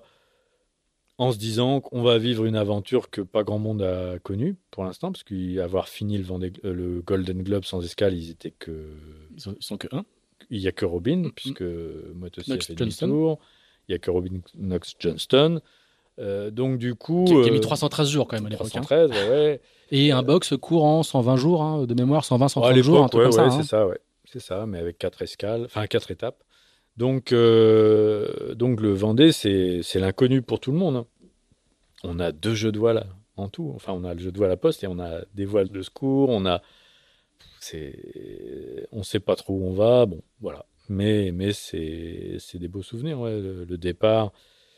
en se disant qu'on va vivre une aventure que pas grand monde a connue pour l'instant, parce qu'avoir fini le, Vendée- euh, le Golden Globe sans escale, ils étaient que... ils sont, ils sont que un. Il y a que Robin, Mm, mm. puisque Mott aussi a Knox fait Johnston, demi-tour. Il y a que Robin Knox Johnston. Euh, donc du qui, coup, qui a mis euh, trois cent treize jours quand même à l'époque, hein. trois cent treize, ouais, ouais. Et un Euh, box courant cent vingt jours, hein, de mémoire, cent vingt, oh, à cent trente jours, un l'époque, truc ouais, comme ça, ouais, c'est hein. ça, ouais. C'est ça, mais avec quatre escales, enfin quatre étapes. Donc, euh, donc le Vendée, c'est c'est l'inconnu pour tout le monde, hein. On a deux jeux de voile en tout. Enfin, on a le jeu de voile à poste et on a des voiles de secours. On a, c'est, on sait pas trop où on va. Bon, voilà. Mais, mais c'est, c'est des beaux souvenirs. Ouais. Le, le départ,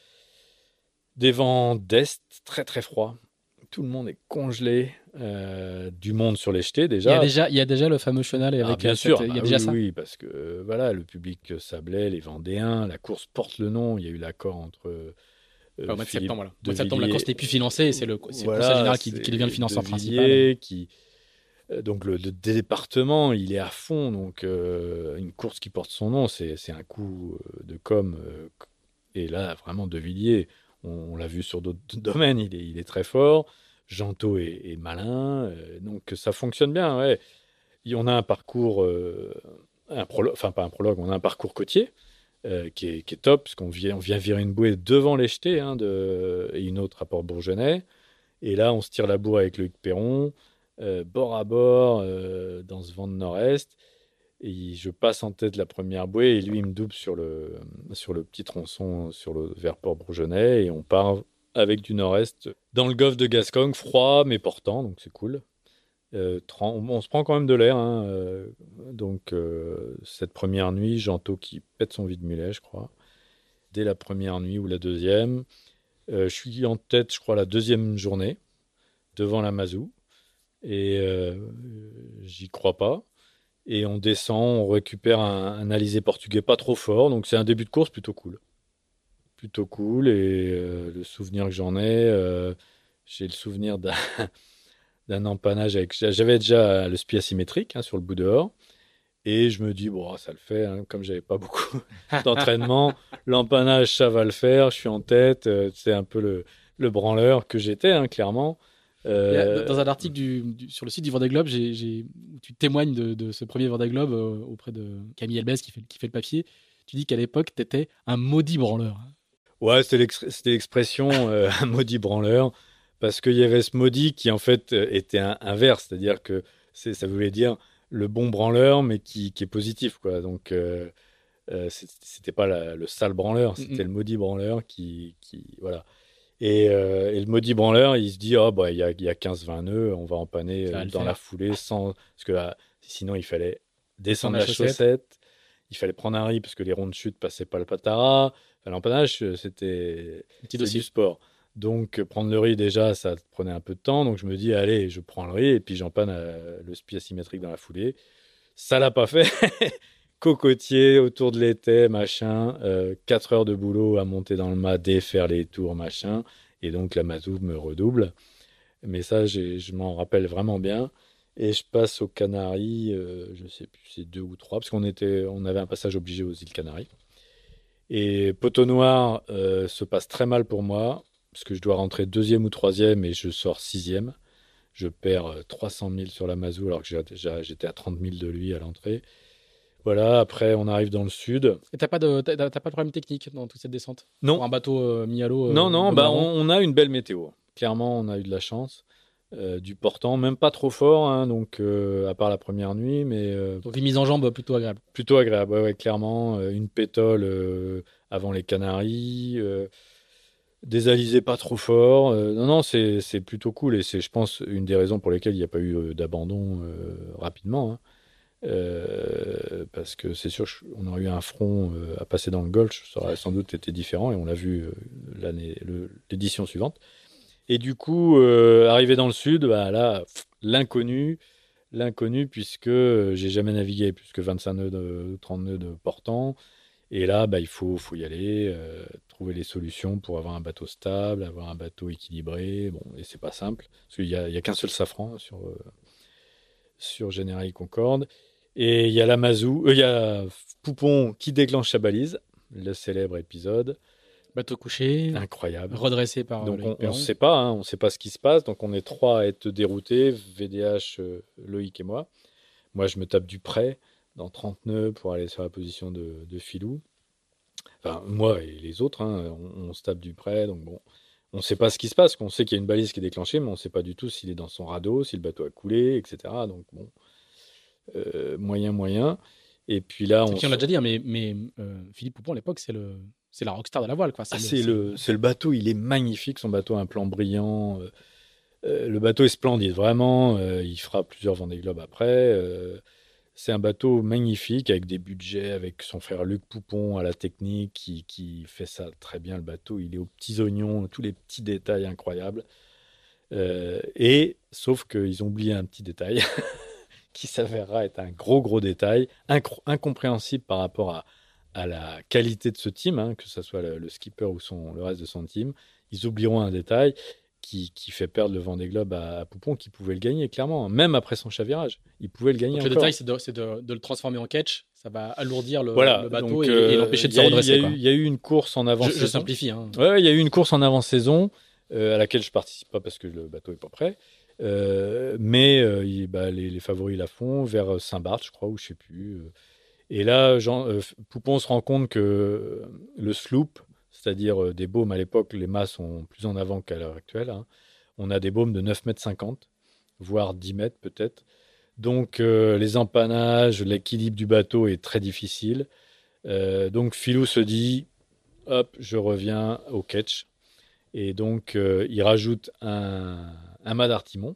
des vents d'est très très froid. Tout le monde est congelé. Euh, du monde sur les jetés Il y a déjà. déjà, il y a déjà le fameux chenal et Ah, avec euh, bien cette, sûr, il y bah a déjà oui, ça. oui, parce que euh, voilà, le public sablait, les Vendéens, la course porte le nom. Il y a eu l'accord entre Enfin, euh, au mois de Philippe septembre, voilà. Au de mois de septembre, la course Villiers, n'est plus financée et c'est le, c'est le conseil voilà, général qui, qui devient le c'est de financeur principal. Villiers qui euh, donc le, le département, il est à fond, donc euh, une course qui porte son nom, c'est c'est un coup euh, de com. euh, et là, vraiment, De Villiers, on, on l'a vu sur d'autres domaines, il est, il est très fort. Janto est, est malin, euh, donc ça fonctionne bien. Ouais. Et on a un parcours, euh, un prologue, enfin pas un prologue, on a un parcours côtier euh, qui est, qui est top, parce qu'on vient, on vient virer une bouée devant les jetés, hein, de, et une autre à Port-Bourgenais. Et là, on se tire la bourre avec Loïc Perron, euh, bord à bord, euh, dans ce vent de nord-est. Et je passe en tête la première bouée, et lui, il me double sur le, sur le petit tronçon sur le, vers Port-Bourgenais. Et on part avec du nord-est dans le golfe de Gascogne, froid mais portant, donc c'est cool. Euh, trente on, on se prend quand même de l'air. Hein, euh, donc, euh, cette première nuit, Janto qui pète son vide-mulet, je crois. Dès la première nuit ou la deuxième. Euh, je suis en tête, je crois, la deuxième journée, devant la Mazou. Et euh, j'y crois pas. Et on descend, on récupère un, un alizé portugais pas trop fort. Donc, c'est un début de course plutôt cool. Plutôt cool. Et euh, le souvenir que j'en ai, euh, j'ai le souvenir d'un d'un empannage avec. J'avais déjà le spi asymétrique hein, sur le bout dehors. Et je me dis, bon, ça le fait, hein, comme j'avais pas beaucoup d'entraînement, l'empannage, ça va le faire, je suis en tête, euh, c'est un peu le, le branleur que j'étais, hein, clairement. Il y a- Euh, dans un article du, du- sur le site du Vendée Globe, j'ai, j'ai- où tu témoignes de, de ce premier Vendée Globe euh, auprès de Camille Elbez qui fait, qui fait le papier. Tu dis qu'à l'époque, tu étais un maudit branleur. ouais, c'était l'ex- c'était l'expression euh, un maudit branleur, parce qu'il y avait ce maudit qui, en fait, euh, était un, inverse, c'est-à-dire que c'est, ça voulait dire le bon branleur, mais qui, qui est positif, quoi. Donc, euh, euh, c'est- c'était pas la- le sale branleur, Mm, c'était mm. le maudit branleur qui, qui voilà. Et, euh, et le maudit branleur, il se dit, oh, bah, il y a, il y a quinze vingt nœuds, on va empanner Ça va euh, le dans la faire. foulée sans. Parce que ah, sinon, il fallait Descendre descendre la la chaussette. chaussette, il fallait prendre un riz parce que les ronds de chute passaient pas le patara. Enfin, l'empannage, euh, c'était Petit c'était du dossier. sport. Donc, euh, prendre le riz, déjà, ça prenait un peu de temps. Donc, je me dis, allez, je prends le riz et puis j'empanne euh, le spi asymétrique dans la foulée. Ça l'a pas fait. Cocotier autour de l'été, machin. Euh, quatre heures de boulot à monter dans le mât, défaire les tours, machin. Et donc la Mazou me redouble. Mais ça, j'ai- je m'en rappelle vraiment bien. Et je passe aux Canaries, euh, je sais plus, c'est deux ou trois, parce qu'on était, on avait un passage obligé aux îles Canaries. Et Poteau Noir euh, se passe très mal pour moi, parce que je dois rentrer deuxième ou troisième et je sors sixième. Je perds euh, trois cent mille sur la Mazou, alors que j'ai- j'ai- j'étais à trente mille de lui à l'entrée. Voilà, après on arrive dans le sud. Et t'as pas de, t'as, t'as pas de problème technique dans toute cette descente Non, pour un bateau euh, mis à l'eau non, euh, non, de bah Maran. on, on a une belle météo. Clairement, on a eu de la chance. Euh, du portant, même pas trop fort, hein, donc euh, à part la première nuit, mais euh, Donc une mise en jambe plutôt agréable. plutôt agréable. Ouais, ouais, clairement, euh, une pétole euh, avant les Canaries, euh, des alizés pas trop forts. Euh, non, non, c'est c'est plutôt cool et c'est, je pense, une des raisons pour lesquelles il n'y a pas eu euh, d'abandon euh, rapidement. Hein. Euh, parce que c'est sûr qu'on aurait eu un front euh, à passer dans le Golfe, ça aurait sans doute été différent et on l'a vu euh, l'année, le- l'édition suivante. Et du coup, euh, arrivé dans le sud, bah, là, pff, l'inconnu, l'inconnu puisque euh, j'ai jamais navigué plus que vingt-cinq nœuds, de, trente nœuds de portant. Et là, bah, il faut, faut y aller, euh, trouver les solutions pour avoir un bateau stable, avoir un bateau équilibré. Bon, et c'est pas simple parce qu'il y a, il y a qu'un seul safran sur euh, sur General Concorde. Et il y a la Mazou, euh, il y a Poupon qui déclenche sa balise, le célèbre épisode, Bateau couché, incroyable. redressé par euh, Donc on Loïc ne Perron. sait pas, hein, on sait pas ce qui se passe. Donc on est trois à être déroutés, V D H, euh, Loïc et moi. Moi je me tape du près dans trente nœuds pour aller sur la position de, de Filou. Enfin moi et les autres, hein, on, on se tape du près. Donc bon, on ne sait pas ce qui se passe. On sait qu'il y a une balise qui est déclenchée, mais on ne sait pas du tout s'il est dans son radeau, si le bateau a coulé, et cetera. Donc bon, euh, moyen, moyen. Et puis là, Et on puis on l'a déjà dit, hein, mais, mais euh, Philippe Poupon à l'époque, c'est, le, c'est la rockstar de la voile. Quoi. C'est ah, le- c'est c'est- le, c'est le bateau, il est magnifique, son bateau a un plan brillant. euh, euh, le bateau est splendide, vraiment. euh, il fera plusieurs Vendée Globe après. euh, c'est un bateau magnifique avec des budgets, avec son frère Luc Poupon à la technique qui, qui fait ça très bien. Le bateau, il est aux petits oignons, tous les petits détails incroyables. Euh, et sauf qu'ils ont oublié un petit détail qui s'avérera être un gros gros détail, incro- incompréhensible par rapport à, à la qualité de ce team, hein, que ce soit le, le skipper ou son, le reste de son team. Ils oublieront un détail qui, qui fait perdre le Vendée Globe à, à Poupon, qui pouvait le gagner, clairement, hein, même après son chavirage. Il pouvait le gagner Donc le encore. détail, c'est, de, c'est de, de le transformer en catch. Ça va alourdir le, Voilà, le bateau donc et, euh, et l'empêcher de il se y a eu- il y, redresser. a Quoi. eu- il y a eu une course en Je, avant-saison. je simplifie. Hein. Ouais, ouais, il y a eu une course en avant-saison euh, à laquelle je participe pas parce que le bateau est pas prêt. Euh, mais euh, il- bah, les, les favoris la font vers Saint-Barth, je crois, ou je sais plus. euh. Et là, Jean, euh, Poupon se rend compte que euh, le sloop, c'est-à-dire euh, des baumes à l'époque, les mâts sont plus en avant qu'à l'heure actuelle. Hein. On a des baumes de neuf mètres cinquante, voire dix mètres peut-être. Donc euh, les empannages, l'équilibre du bateau est très difficile. Euh, donc Philou se dit, hop, je reviens au catch. Et donc, euh, il rajoute un, un mât d'artimon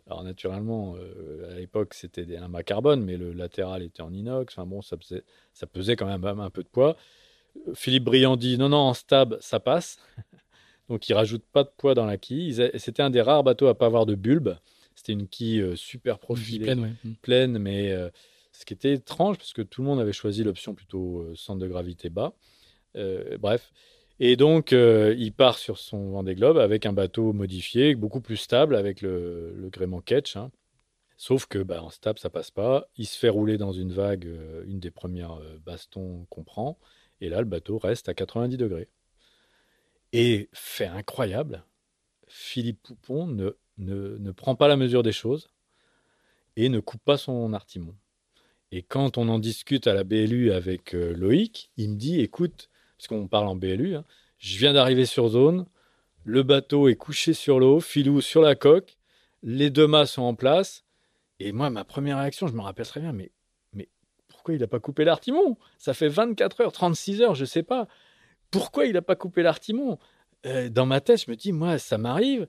Alors naturellement, euh, à l'époque, c'était des- un mât carbone, mais le latéral était en inox. Enfin bon, ça pesait, ça pesait quand même un, un peu de poids. Euh, Philippe Briand dit non, non, en stab, ça passe. Donc il rajoute pas de poids dans la quille. Ils a- C'était un des rares bateaux à pas avoir de bulbe. C'était une quille euh, super Une vie profilée, pleine, ouais. Mm. pleine, mais euh, ce qui était étrange, parce que tout le monde avait choisi l'option plutôt euh, centre de gravité bas. Euh, bref. Et donc, euh, il part sur son Vendée Globe avec un bateau modifié, beaucoup plus stable, avec le, le gréement Ketch, hein. Sauf que bah, en stab, ça passe pas. Il se fait rouler dans une vague, euh, une des premières euh, bastons qu'on prend. Et là, le bateau reste à quatre-vingt-dix degrés. Et fait incroyable, Philippe Poupon ne, ne, ne prend pas la mesure des choses et ne coupe pas son artimon. Et quand on en discute à la B L U avec euh, Loïc, il me dit, écoute, parce qu'on parle en B L U, hein, je viens d'arriver sur zone, le bateau est couché sur l'eau, filou sur la coque, les deux mâts sont en place. Et moi, ma première réaction, je me rappelle très bien, mais, mais pourquoi il n'a pas coupé l'artimon? Ça fait vingt-quatre heures, trente-six heures, je ne sais pas. Pourquoi il n'a pas coupé l'artimon? Euh, Dans ma tête, je me dis, moi, ça m'arrive.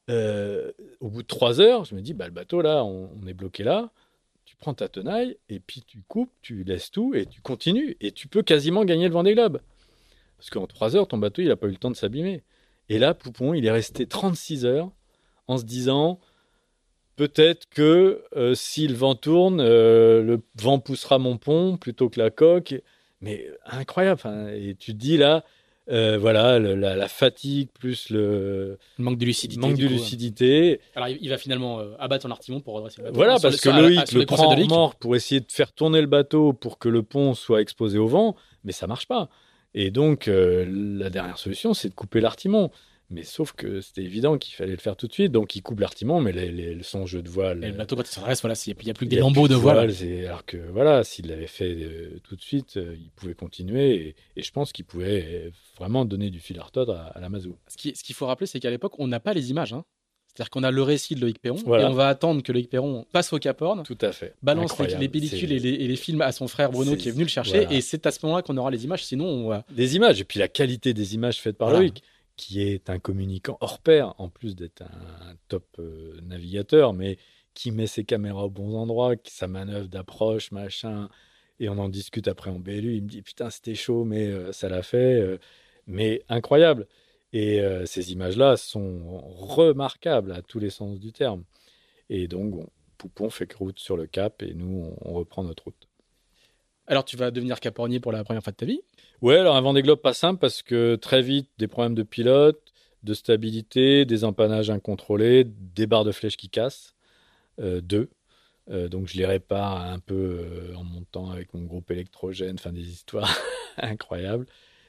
Euh, au bout de trois heures, je me dis, bah, le bateau, là, on, on est bloqué là. Tu prends ta tenaille, et puis tu coupes, tu laisses tout, et tu continues. Et tu peux quasiment gagner le Vendée Globe. Parce qu'en trois heures, ton bateau, il n'a pas eu le temps de s'abîmer. Et là, Poupon, il est resté trente-six heures en se disant, peut-être que euh, si le vent tourne, euh, le vent poussera mon pont plutôt que la coque. Mais incroyable. Enfin, et tu te dis là, euh, voilà, le- la, la fatigue plus le Le manque de lucidité. manque du de coup, lucidité. Alors, il il va finalement euh, abattre son artimon pour redresser le bateau. Voilà, Hein, sur parce les- que sur- à la- à- Loïc sur le les conseils prend de en Loïc. remorque pour essayer de faire tourner le bateau pour que le pont soit exposé au vent, mais ça marche pas. Et donc, euh, la dernière solution, c'est de couper l'artimon. Mais sauf que c'était évident qu'il fallait le faire tout de suite. Donc, il coupe l'artimon, mais les, les- son jeu de voile. Et le bateau, quand il s'adresse, voilà, il n'y a plus que Il des y a lambeaux plus de voile. voile, c'est- alors que voilà, s'il l'avait fait euh, tout de suite, euh, il pouvait continuer. Et, et je pense qu'il pouvait euh, vraiment donner du fil à retordre à, à la Mazou. Ce qui- ce qu'il faut rappeler, c'est qu'à l'époque, on n'a pas les images. Hein. C'est-à-dire qu'on a le récit de Loïc Perron, Voilà. et on va attendre que Loïc Perron passe au Cap Horn, Tout à fait. balance les, Incroyable. les pellicules C'est- et les, et les films à son frère Bruno c'est- qui est venu le chercher, voilà. et c'est à ce moment-là qu'on aura les images, sinon on va... Des images, et puis la qualité des images faites par Voilà. Loïc, qui est un communicant hors pair, en plus d'être un, un top euh, navigateur, mais qui met ses caméras aux bons endroits, qui sa manœuvre d'approche, machin, et on en discute après en B L U, il me dit putain c'était chaud, mais euh, ça l'a fait, euh, mais incroyable. Et euh, ces images-là sont remarquables à tous les sens du terme. Et donc, bon, Poupon fait route sur le Cap, et nous, on, on reprend notre route. Alors tu vas devenir capornier pour la première fois de ta vie. Ouais, alors un Vendée Globe pas simple parce que très vite, des problèmes de pilote, de stabilité, des empannages incontrôlés, des barres de flèches qui cassent, euh, deux. Euh, donc je les répare un peu euh, en montant avec mon groupe électrogène, enfin des histoires incroyables.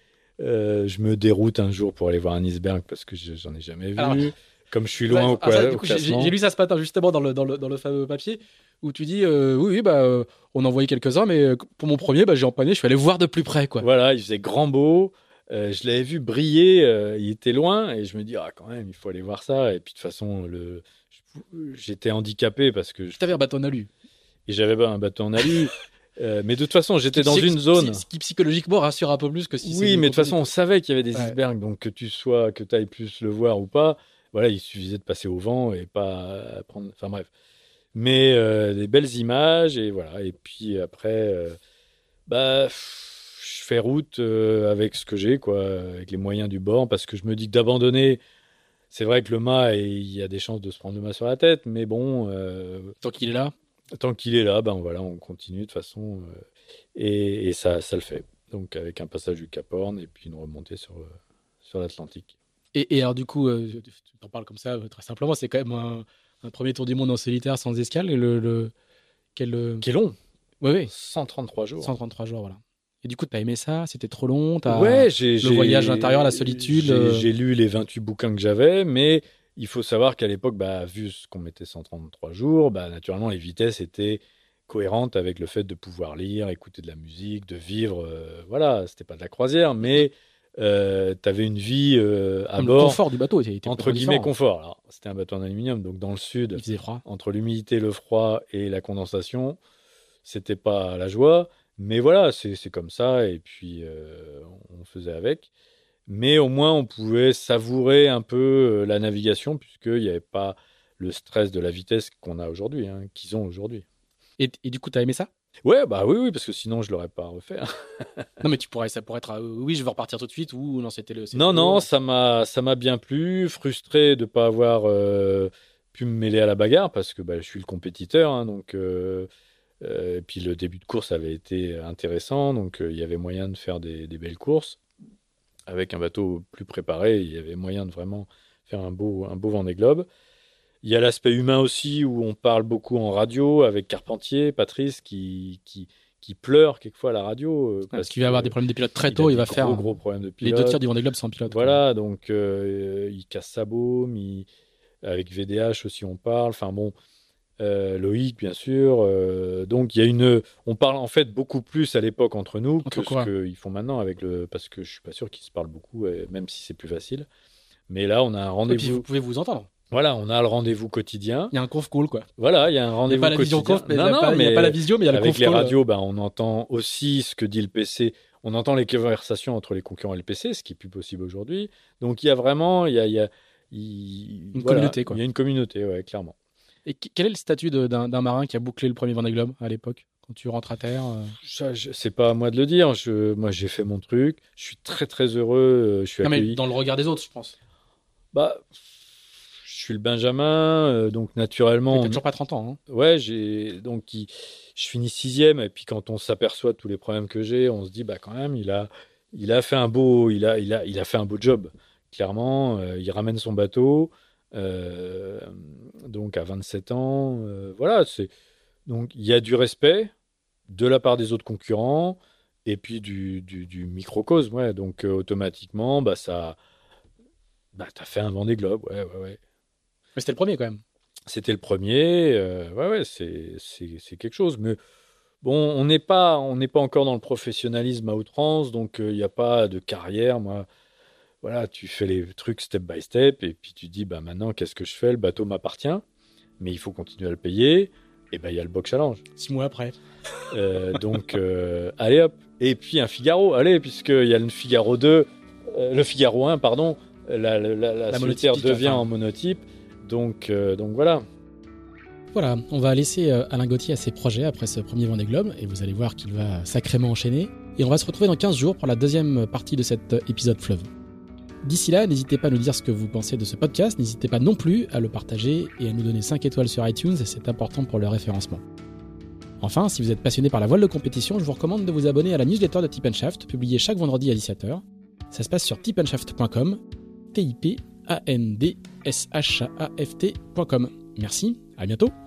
Euh, je me déroute un jour pour aller voir un iceberg parce que je- j'en ai jamais vu. Alors, Comme je suis loin Ouais, au, alors ça, cla- du au coup, j'ai- classement. j'ai lu ça ce matin justement dans le, dans le, dans le fameux papier où tu dis euh, oui, oui bah, euh, on a envoyé quelques-uns, mais euh, pour mon premier, bah, j'ai empanné, je suis allé voir de plus près. Quoi. Voilà, il faisait grand beau. Euh, je l'avais vu briller, euh, il était loin et je me dis ah quand même il faut aller voir ça. Et puis de toute façon le, je- j'étais handicapé parce que je- Tu avais un bâton en alu. et j'avais pas un bateau en alu. Euh, mais de toute façon j'étais Qui dans psy- une zone. psy- Ce qui psychologiquement rassure un peu plus que si c'est Oui, une mais de toute façon on compagnie. savait qu'il y avait des Ouais. icebergs, donc que tu sois que tu ailles plus le voir ou pas, voilà il suffisait de passer au vent et pas prendre. Enfin bref. Mais euh, des belles images et voilà. Et puis après, euh, bah, pff, je fais route euh, avec ce que j'ai, quoi, avec les moyens du bord, parce que je me dis que d'abandonner, c'est vrai que le mât, et il y a des chances de se prendre le mât sur la tête, mais bon, euh, Tant qu'il est là. tant qu'il est là, ben voilà, on continue de toute façon, euh, et, et ça, ça le fait. Donc avec un passage du Cap Horn et puis une remontée sur, euh, sur l'Atlantique. Et, et alors, du coup, euh, tu t'en parles comme ça, euh, très simplement, c'est quand même un, un premier tour du monde en solitaire sans escale. Et le, le, quel, euh, Qui est long, ouais, ouais, cent trente-trois jours. cent trente-trois jours, voilà. Et du coup, t'as aimé ça? C'était trop long? T'as... Ouais, j'ai, le j'ai- voyage intérieur, la solitude, J'ai, euh. j'ai lu les vingt-huit bouquins que j'avais, mais il faut savoir qu'à l'époque, bah, vu ce qu'on mettait cent trente-trois jours, bah, naturellement, les vitesses étaient cohérentes avec le fait de pouvoir lire, écouter de la musique, de vivre. euh, voilà, c'était pas de la croisière, mais euh, tu avais une vie euh, à Comme le bord, confort du bateau était, était entre complètement guillemets, différent. confort. Alors, c'était un bateau en aluminium, donc dans le sud, Il faisait froid. entre l'humidité, le froid et la condensation, c'était pas la joie. Mais voilà, c'est c'est comme ça, et puis euh, on faisait avec. Mais au moins, on pouvait savourer un peu euh, la navigation, puisqu'il n'y avait pas le stress de la vitesse qu'on a aujourd'hui, hein, qu'ils ont aujourd'hui. Et, et du coup, t'as aimé ça ? Ouais, bah oui, oui, parce que sinon je l'aurais pas refait. Non, mais tu pourrais, ça pourrait être, euh, oui, je veux repartir tout de suite, ou non, c'était le. C'était Non, le... non, ça m'a, ça m'a bien plu. Frustré de pas avoir euh, pu me mêler à la bagarre parce que bah, je suis le compétiteur, hein, donc. Euh, euh, et puis le début de course avait été intéressant, donc euh, il y avait moyen de faire des, des belles courses avec un bateau plus préparé. Il y avait moyen de vraiment faire un beau, un beau Vendée Globe. Il y a l'aspect humain aussi où on parle beaucoup en radio avec Carpentier, Patrice, qui, qui, qui pleure quelquefois à la radio. euh, Parce qu'il va avoir des problèmes de pilote très tôt, a il va des faire gros, un- gros problèmes de les pilote. deux tiers du Vendée Globe sans pilote. quoi. Voilà, donc euh, il casse sa baume, il- avec V D H aussi on parle. Enfin bon, euh, Loïc bien sûr. euh, donc il y a une, on parle en fait beaucoup plus à l'époque entre nous Entre que quoi ce qu'ils font maintenant avec le, parce que je suis pas sûr qu'ils se parlent beaucoup, euh, même si c'est plus facile. Mais là on a un Et puis rendez-vous. vous pouvez vous entendre. Voilà, on a le rendez-vous quotidien. Il y a un conf call, quoi. Voilà, il y a un Il n'y a rendez-vous pas la vision quotidien. conf, mais il non, n'y a, non, pas- il y a mais pas la visio, mais il y a le avec conf les call. radios, bah, on entend aussi ce que dit le P C. On entend les conversations entre les concurrents et le P C, ce qui est plus possible aujourd'hui. Donc il y a vraiment, il y a, il y a il- Une voilà, communauté, quoi. Il y a une communauté, ouais, clairement. Et qu- quel est le statut de- d'un d'un marin qui a bouclé le premier Vendée Globe à l'époque, quand tu rentres à terre euh Ça, je- c'est pas à moi de le dire. Je, moi, j'ai fait mon truc. Je suis très très heureux. euh, Je suis Non, mais accueilli. dans le regard des autres, je pense. Bah, je suis le Benjamin, euh, donc naturellement. Mais t'as on- toujours pas trente ans. Hein. Ouais, j'ai donc il- je finis sixième et puis quand on s'aperçoit de tous les problèmes que j'ai, on se dit bah quand même il a il a fait un beau il a il a il a fait un beau job. Clairement, euh, il ramène son bateau euh, donc à vingt-sept ans. euh, voilà, c'est donc il y a du respect de la part des autres concurrents et puis du du, du microcosme. Ouais, donc euh, automatiquement bah ça bah t'as fait un Vendée Globe. Ouais ouais ouais. Mais c'était le premier, quand même. C'était le premier, euh, ouais, ouais, c'est, c'est, c'est quelque chose. Mais bon, on n'est pas, on n'est pas encore dans le professionnalisme à outrance, donc il n'y a pas de carrière. Moi, voilà, tu fais les trucs step by step, et puis tu dis, bah maintenant, qu'est-ce que je fais? Le bateau m'appartient, mais il faut continuer à le payer. Et ben, il y a le Box Challenge. Six mois après. Euh, donc, euh, allez hop. Et puis un Figaro, allez, puisqu'il y a le Figaro deux, euh, le Figaro un, pardon. La, la, la, la solitaire monotypique, devient enfin. en monotype. Donc, euh, donc voilà. Voilà, on va laisser euh, Alain Gauthier à ses projets après ce premier Vendée Globe, et vous allez voir qu'il va sacrément enchaîner. Et on va se retrouver dans quinze jours pour la deuxième partie de cet euh, épisode fleuve. D'ici là, n'hésitez pas à nous dire ce que vous pensez de ce podcast, n'hésitez pas non plus à le partager et à nous donner cinq étoiles sur iTunes, c'est important pour le référencement. Enfin, si vous êtes passionné par la voile de compétition, je vous recommande de vous abonner à la newsletter de Tip and Shaft, publiée chaque vendredi à dix-sept heures. Ça se passe sur tip and shaft point com, T I P A N D S H A F T point com. Merci, à bientôt.